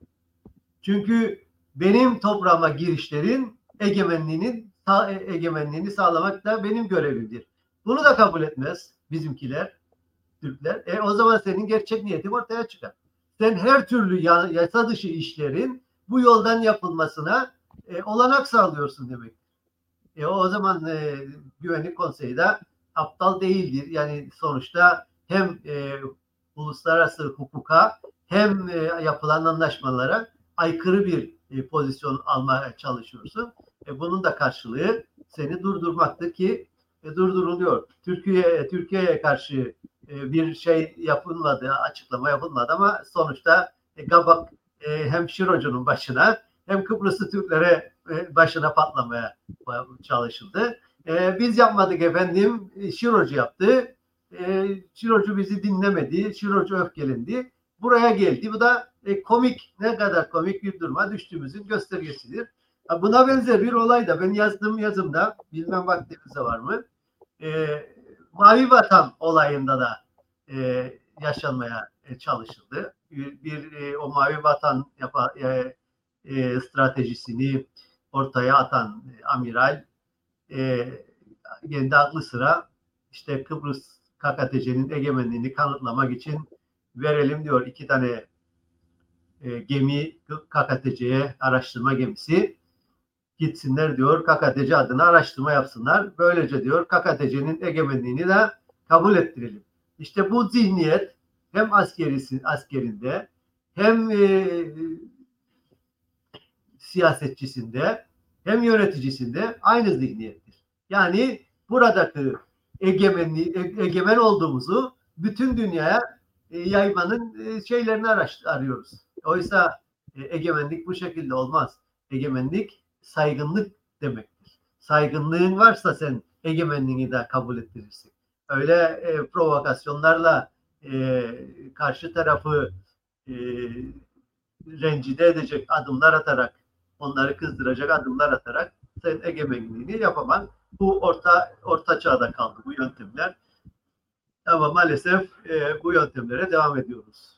Çünkü benim toprağıma girişlerin egemenliğini egemenliğini sağlamak da benim görevimdir. Bunu da kabul etmez bizimkiler, Türkler. E o zaman senin gerçek niyetin ortaya çıkar. Sen her türlü yasa dışı işlerin bu yoldan yapılmasına e, olanak sağlıyorsun demek. E o zaman e, Güvenlik Konseyi de aptal değildir. Yani sonuçta hem e, uluslararası hukuka hem e, yapılan anlaşmalara aykırı bir e, pozisyon almaya çalışıyorsun. E, bunun da karşılığı seni durdurmaktır ki e, durduruluyor. Türkiye Türkiye'ye karşı e, bir şey yapılmadı, açıklama yapılmadı ama sonuçta e, Kabak e, hem Şirocu'nun başına hem Kıbrıslı Türklere e, başına patlamaya çalışıldı. E, biz yapmadık efendim, Şirocu yaptı. E, Şirocu bizi dinlemedi, Şirocu öfkelendi. Buraya geldi. Bu da e, komik, ne kadar komik bir duruma düştüğümüzün göstergesidir. Ha, buna benzer bir olay da ben yazdığım yazımda, bilmem vaktimizde var mı? E, Mavi Vatan olayında da e, yaşanmaya e, çalışıldı. Bir, bir e, o Mavi Vatan yapa, e, e, stratejisini ortaya atan e, amiral e, kendi aklı sıra işte Kıbrıs K K T C'nin egemenliğini kanıtlamak için verelim diyor iki tane e, gemi K K T C'ye, araştırma gemisi gitsinler diyor, K K T C adına araştırma yapsınlar. Böylece diyor K K T C'nin egemenliğini de kabul ettirelim. İşte bu zihniyet hem askerisi, askerinde hem e, siyasetçisinde hem yöneticisinde aynı zihniyettir. Yani buradaki egemenliği, egemen olduğumuzu bütün dünyaya e, yaymanın e, şeylerini araş, arıyoruz. Oysa e, egemenlik bu şekilde olmaz. Egemenlik saygınlık demektir. Saygınlığın varsa sen egemenliğini de kabul ettirirsin. Öyle e, provokasyonlarla e, karşı tarafı e, rencide edecek adımlar atarak, onları kızdıracak adımlar atarak sen egemenliğini yapamam. Bu orta orta çağda kaldı bu yöntemler. Ama maalesef e, bu yöntemlere devam ediyoruz.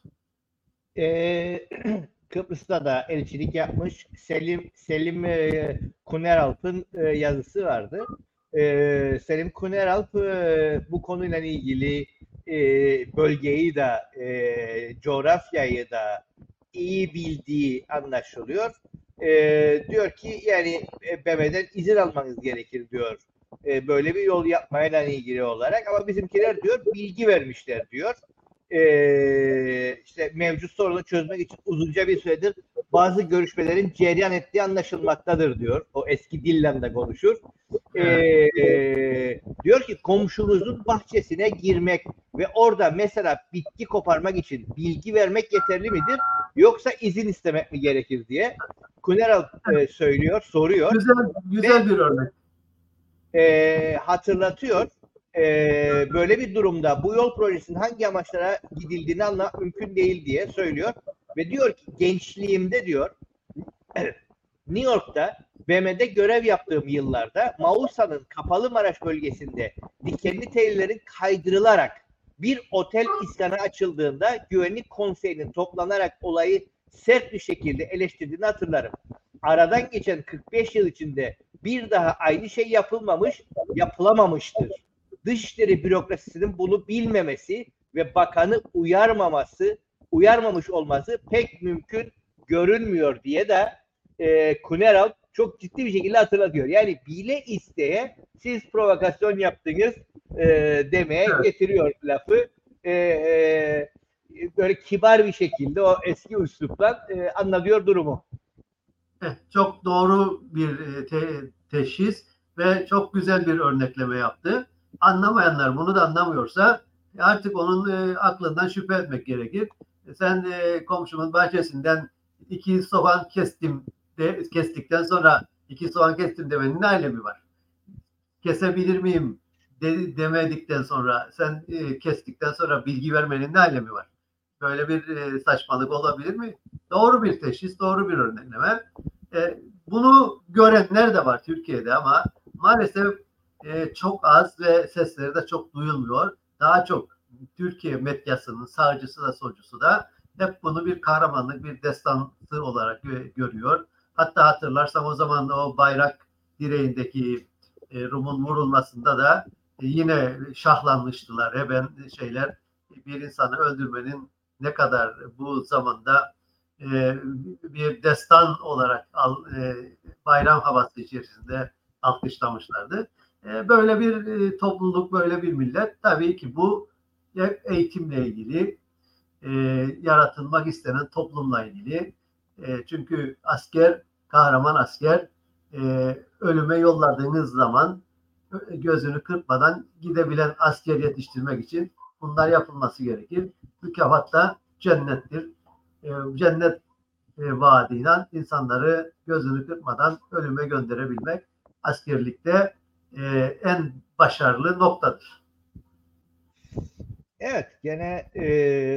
Ee, Kıbrıs'ta da elçilik yapmış Selim Selim e, Kuneralp'ın e, yazısı vardı. E, Selim Kuneralp e, bu konuyla ilgili e, bölgeyi de e, coğrafyayı da iyi bildiği anlaşılıyor. E, diyor ki yani e, B M'den izin almanız gerekir diyor. E, böyle bir yol yapmayla ilgili olarak, ama bizimkiler diyor bilgi vermişler diyor. Ee, işte mevcut sorunu çözmek için uzunca bir süredir bazı görüşmelerin cereyan ettiği anlaşılmaktadır diyor. O eski dille de konuşur. Ee, e, diyor ki komşunuzun bahçesine girmek ve orada mesela bitki koparmak için bilgi vermek yeterli midir? Yoksa izin istemek mi gerekir diye Kuneral e, söylüyor, soruyor. Güzel, güzel ve, bir örnek. E, hatırlatıyor. Ee, böyle bir durumda bu yol projesinin hangi amaçlara gidildiğini anlamak mümkün değil diye söylüyor. Ve diyor ki gençliğimde diyor New York'ta B M'de görev yaptığım yıllarda Mausa'nın Kapalı Maraş bölgesinde dikenli tellerin kaydırılarak bir otel iskanı açıldığında güvenlik konseyinin toplanarak olayı sert bir şekilde eleştirdiğini hatırlarım. Aradan geçen kırk beş yıl içinde bir daha aynı şey yapılmamış, yapılamamıştır. Dışişleri bürokrasisinin bunu bilmemesi ve bakanı uyarmaması, uyarmamış olması pek mümkün görünmüyor diye de e, Kuneral çok ciddi bir şekilde hatırlatıyor. Yani bile isteye siz provokasyon yaptınız e, demeye Evet. getiriyor lafı. E, e, böyle kibar bir şekilde o eski üslupla e, anlatıyor durumu. Çok doğru bir te- teşhis ve çok güzel bir örnekleme yaptı. Anlamayanlar bunu da anlamıyorsa artık onun e, aklından şüphe etmek gerekir. Sen e, komşumun bahçesinden iki soğan kestim de, kestikten sonra iki soğan kestim demenin ne alemi var? Kesebilir miyim de, demedikten sonra sen e, kestikten sonra bilgi vermenin ne alemi var? Böyle bir e, saçmalık olabilir mi? Doğru bir teşhis, doğru bir örnekleme. E, bunu görenler de var Türkiye'de ama maalesef e, çok az ve sesleri de çok duyulmuyor. Daha çok Türkiye medyasının sağcısı da solcusu da hep bunu bir kahramanlık, bir destansı olarak gö- görüyor. Hatta hatırlarsam o zaman o bayrak direğindeki e, Rum'un vurulmasında da e, yine şahlanmıştılar. Hemen şeyler bir insanı öldürmenin ne kadar bu zamanda e, bir destan olarak al, e, bayram havası içerisinde alkışlamışlardı. E, böyle bir e, topluluk, böyle bir millet. Tabii ki bu eğitimle ilgili, e, yaratılmak istenen toplumla ilgili. E, çünkü asker, kahraman asker e, ölüme yolladığınız zaman gözünü kırpmadan gidebilen asker yetiştirmek için bunlar yapılması gerekir. Mükafat da cennettir. E, cennet e, vaadiyle insanları gözünü kırpmadan ölüme gönderebilmek askerlikte e, en başarılı noktadır. Evet, gene e,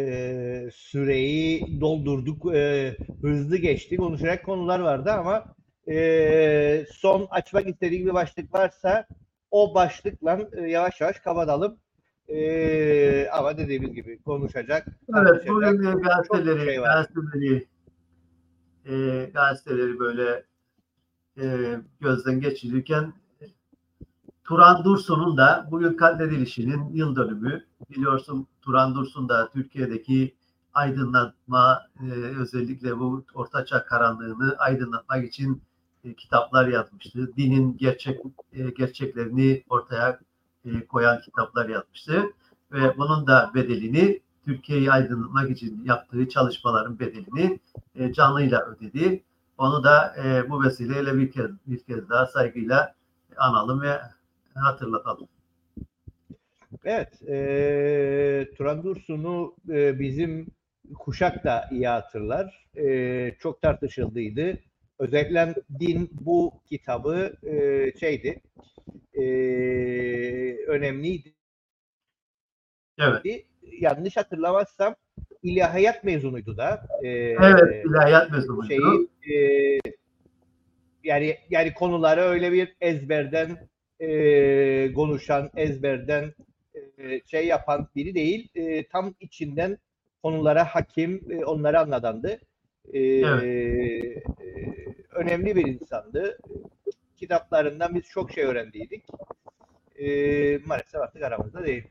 süreyi doldurduk, e, hızlı geçti, konuşacak konular vardı ama e, son açmak istediğim bir başlık varsa o başlıkla e, yavaş yavaş kapatalım. E, ama dediğimiz gibi konuşacak, Evet, bugün e, çok gazeteleri, şey var. gazeteleri, e, gazeteleri böyle e, gözden geçirirken Turan Dursun'un da bugün katledilişinin yıl dönümü. Biliyorsun Turan Dursun da Türkiye'deki aydınlatma, e, özellikle bu ortaçağ karanlığını aydınlatmak için e, kitaplar yazmıştı. Dinin gerçek e, gerçeklerini ortaya e, koyan kitaplar yazmıştı. Ve bunun da bedelini, Türkiye'yi aydınlatmak için yaptığı çalışmaların bedelini e, canıyla ödedi. Onu da e, bu vesileyle bir kez bir kez daha saygıyla analım ve hatırlatalım. Evet, e, Turan Dursun'u e, bizim kuşak da iyi hatırlar. E, çok tartışıldıydı. Özellikle din bu kitabı e, şeydi, e, önemliydi. Evet. Yanlış hatırlamazsam ilahiyat mezunuydu da. E, evet, ilahiyat mezunuydu. Şeyi, e, yani yani konuları öyle bir ezberden e, konuşan, ezberden e, şey yapan biri değil. E, tam içinden konulara hakim, e, onları anladandı. E, Evet. e, önemli bir insandı. Kitaplarından biz çok şey öğrendiydik. E, maalesef artık aramızda değil.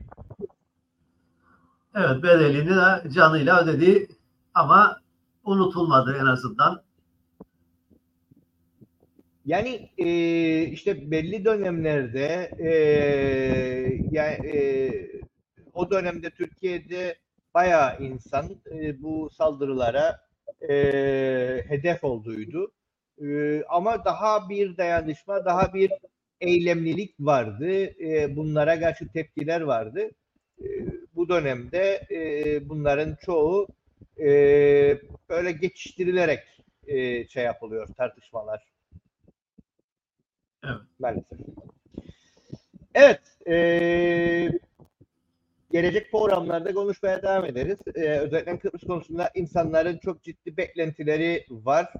Evet, bedelini de canıyla ödedi ama unutulmadı en azından. Yani e, işte belli dönemlerde e, yani e, o dönemde Türkiye'de bayağı insan e, bu saldırılara e, hedef olduydu. E, ama daha bir dayanışma, daha bir eylemlilik vardı. E, bunlara karşı tepkiler vardı. E, bu dönemde e, bunların çoğu e, böyle geçiştirilerek e, şey yapılıyor, tartışmalar. Evet. Maalesef. Evet. E, gelecek programlarda konuşmaya devam ederiz. E, özellikle Kıbrıs konusunda insanların çok ciddi beklentileri var.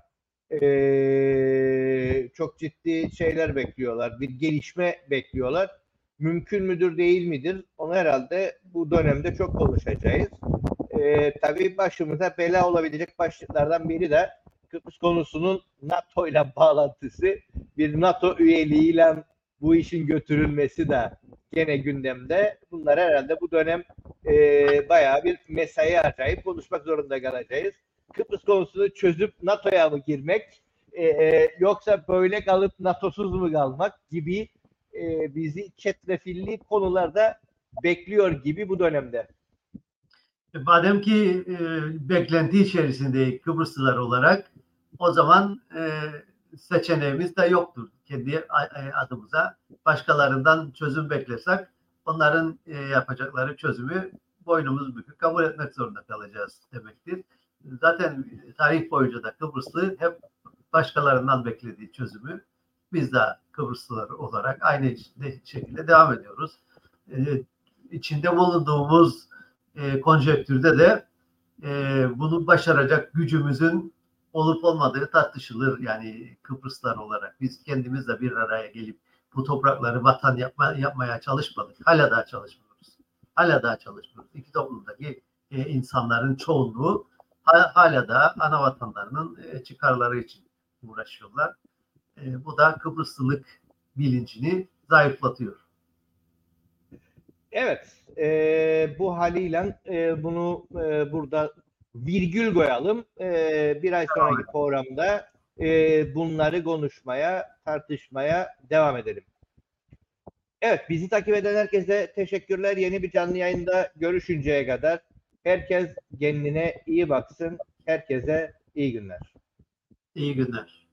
E, çok ciddi şeyler bekliyorlar. Bir gelişme bekliyorlar. Mümkün müdür, değil midir? Onu herhalde bu dönemde çok konuşacağız. E, tabii başımıza bela olabilecek başlıklardan biri de Kıbrıs konusunun NATO ile bağlantısı. Bir NATO üyeliğiyle bu işin götürülmesi de gene gündemde. Bunlar herhalde bu dönem e, bayağı bir mesai harcayıp konuşmak zorunda kalacağız. Kıbrıs konusunu çözüp NATO'ya mı girmek e, e, yoksa böyle kalıp NATO'suz mu kalmak gibi e, bizi çetrefilli konularda bekliyor gibi bu dönemde. Madem ki e, beklenti içerisinde Kıbrıslılar olarak, o zaman e, seçeneğimiz de yoktur. Kendi adımıza başkalarından çözüm beklesek onların e, yapacakları çözümü boynumuz bükük kabul etmek zorunda kalacağız demektir. Zaten tarih boyunca da Kıbrıslı hep başkalarından beklediği çözümü biz de Kıbrıslılar olarak aynı şekilde devam ediyoruz. E, içinde bulunduğumuz e, konjektürde de e, bunu başaracak gücümüzün olup olmadığı tartışılır. Yani Kıbrıslar olarak biz kendimizle bir araya gelip bu toprakları vatan yapma, yapmaya çalışmadık. Hala daha çalışmıyoruz. Hala daha çalışmıyoruz. İki toplumdaki e, insanların çoğunluğu ha, hala da ana vatanlarının e, çıkarları için uğraşıyorlar. E, bu da Kıbrıslılık bilincini zayıflatıyor. Evet, e, bu haliyle e, bunu e, burada virgül koyalım. E, bir ay sonraki programda e, bunları konuşmaya, tartışmaya devam edelim. Evet, bizi takip eden herkese teşekkürler. Yeni bir canlı yayında görüşünceye kadar herkes kendine iyi baksın. Herkese iyi günler. İyi günler.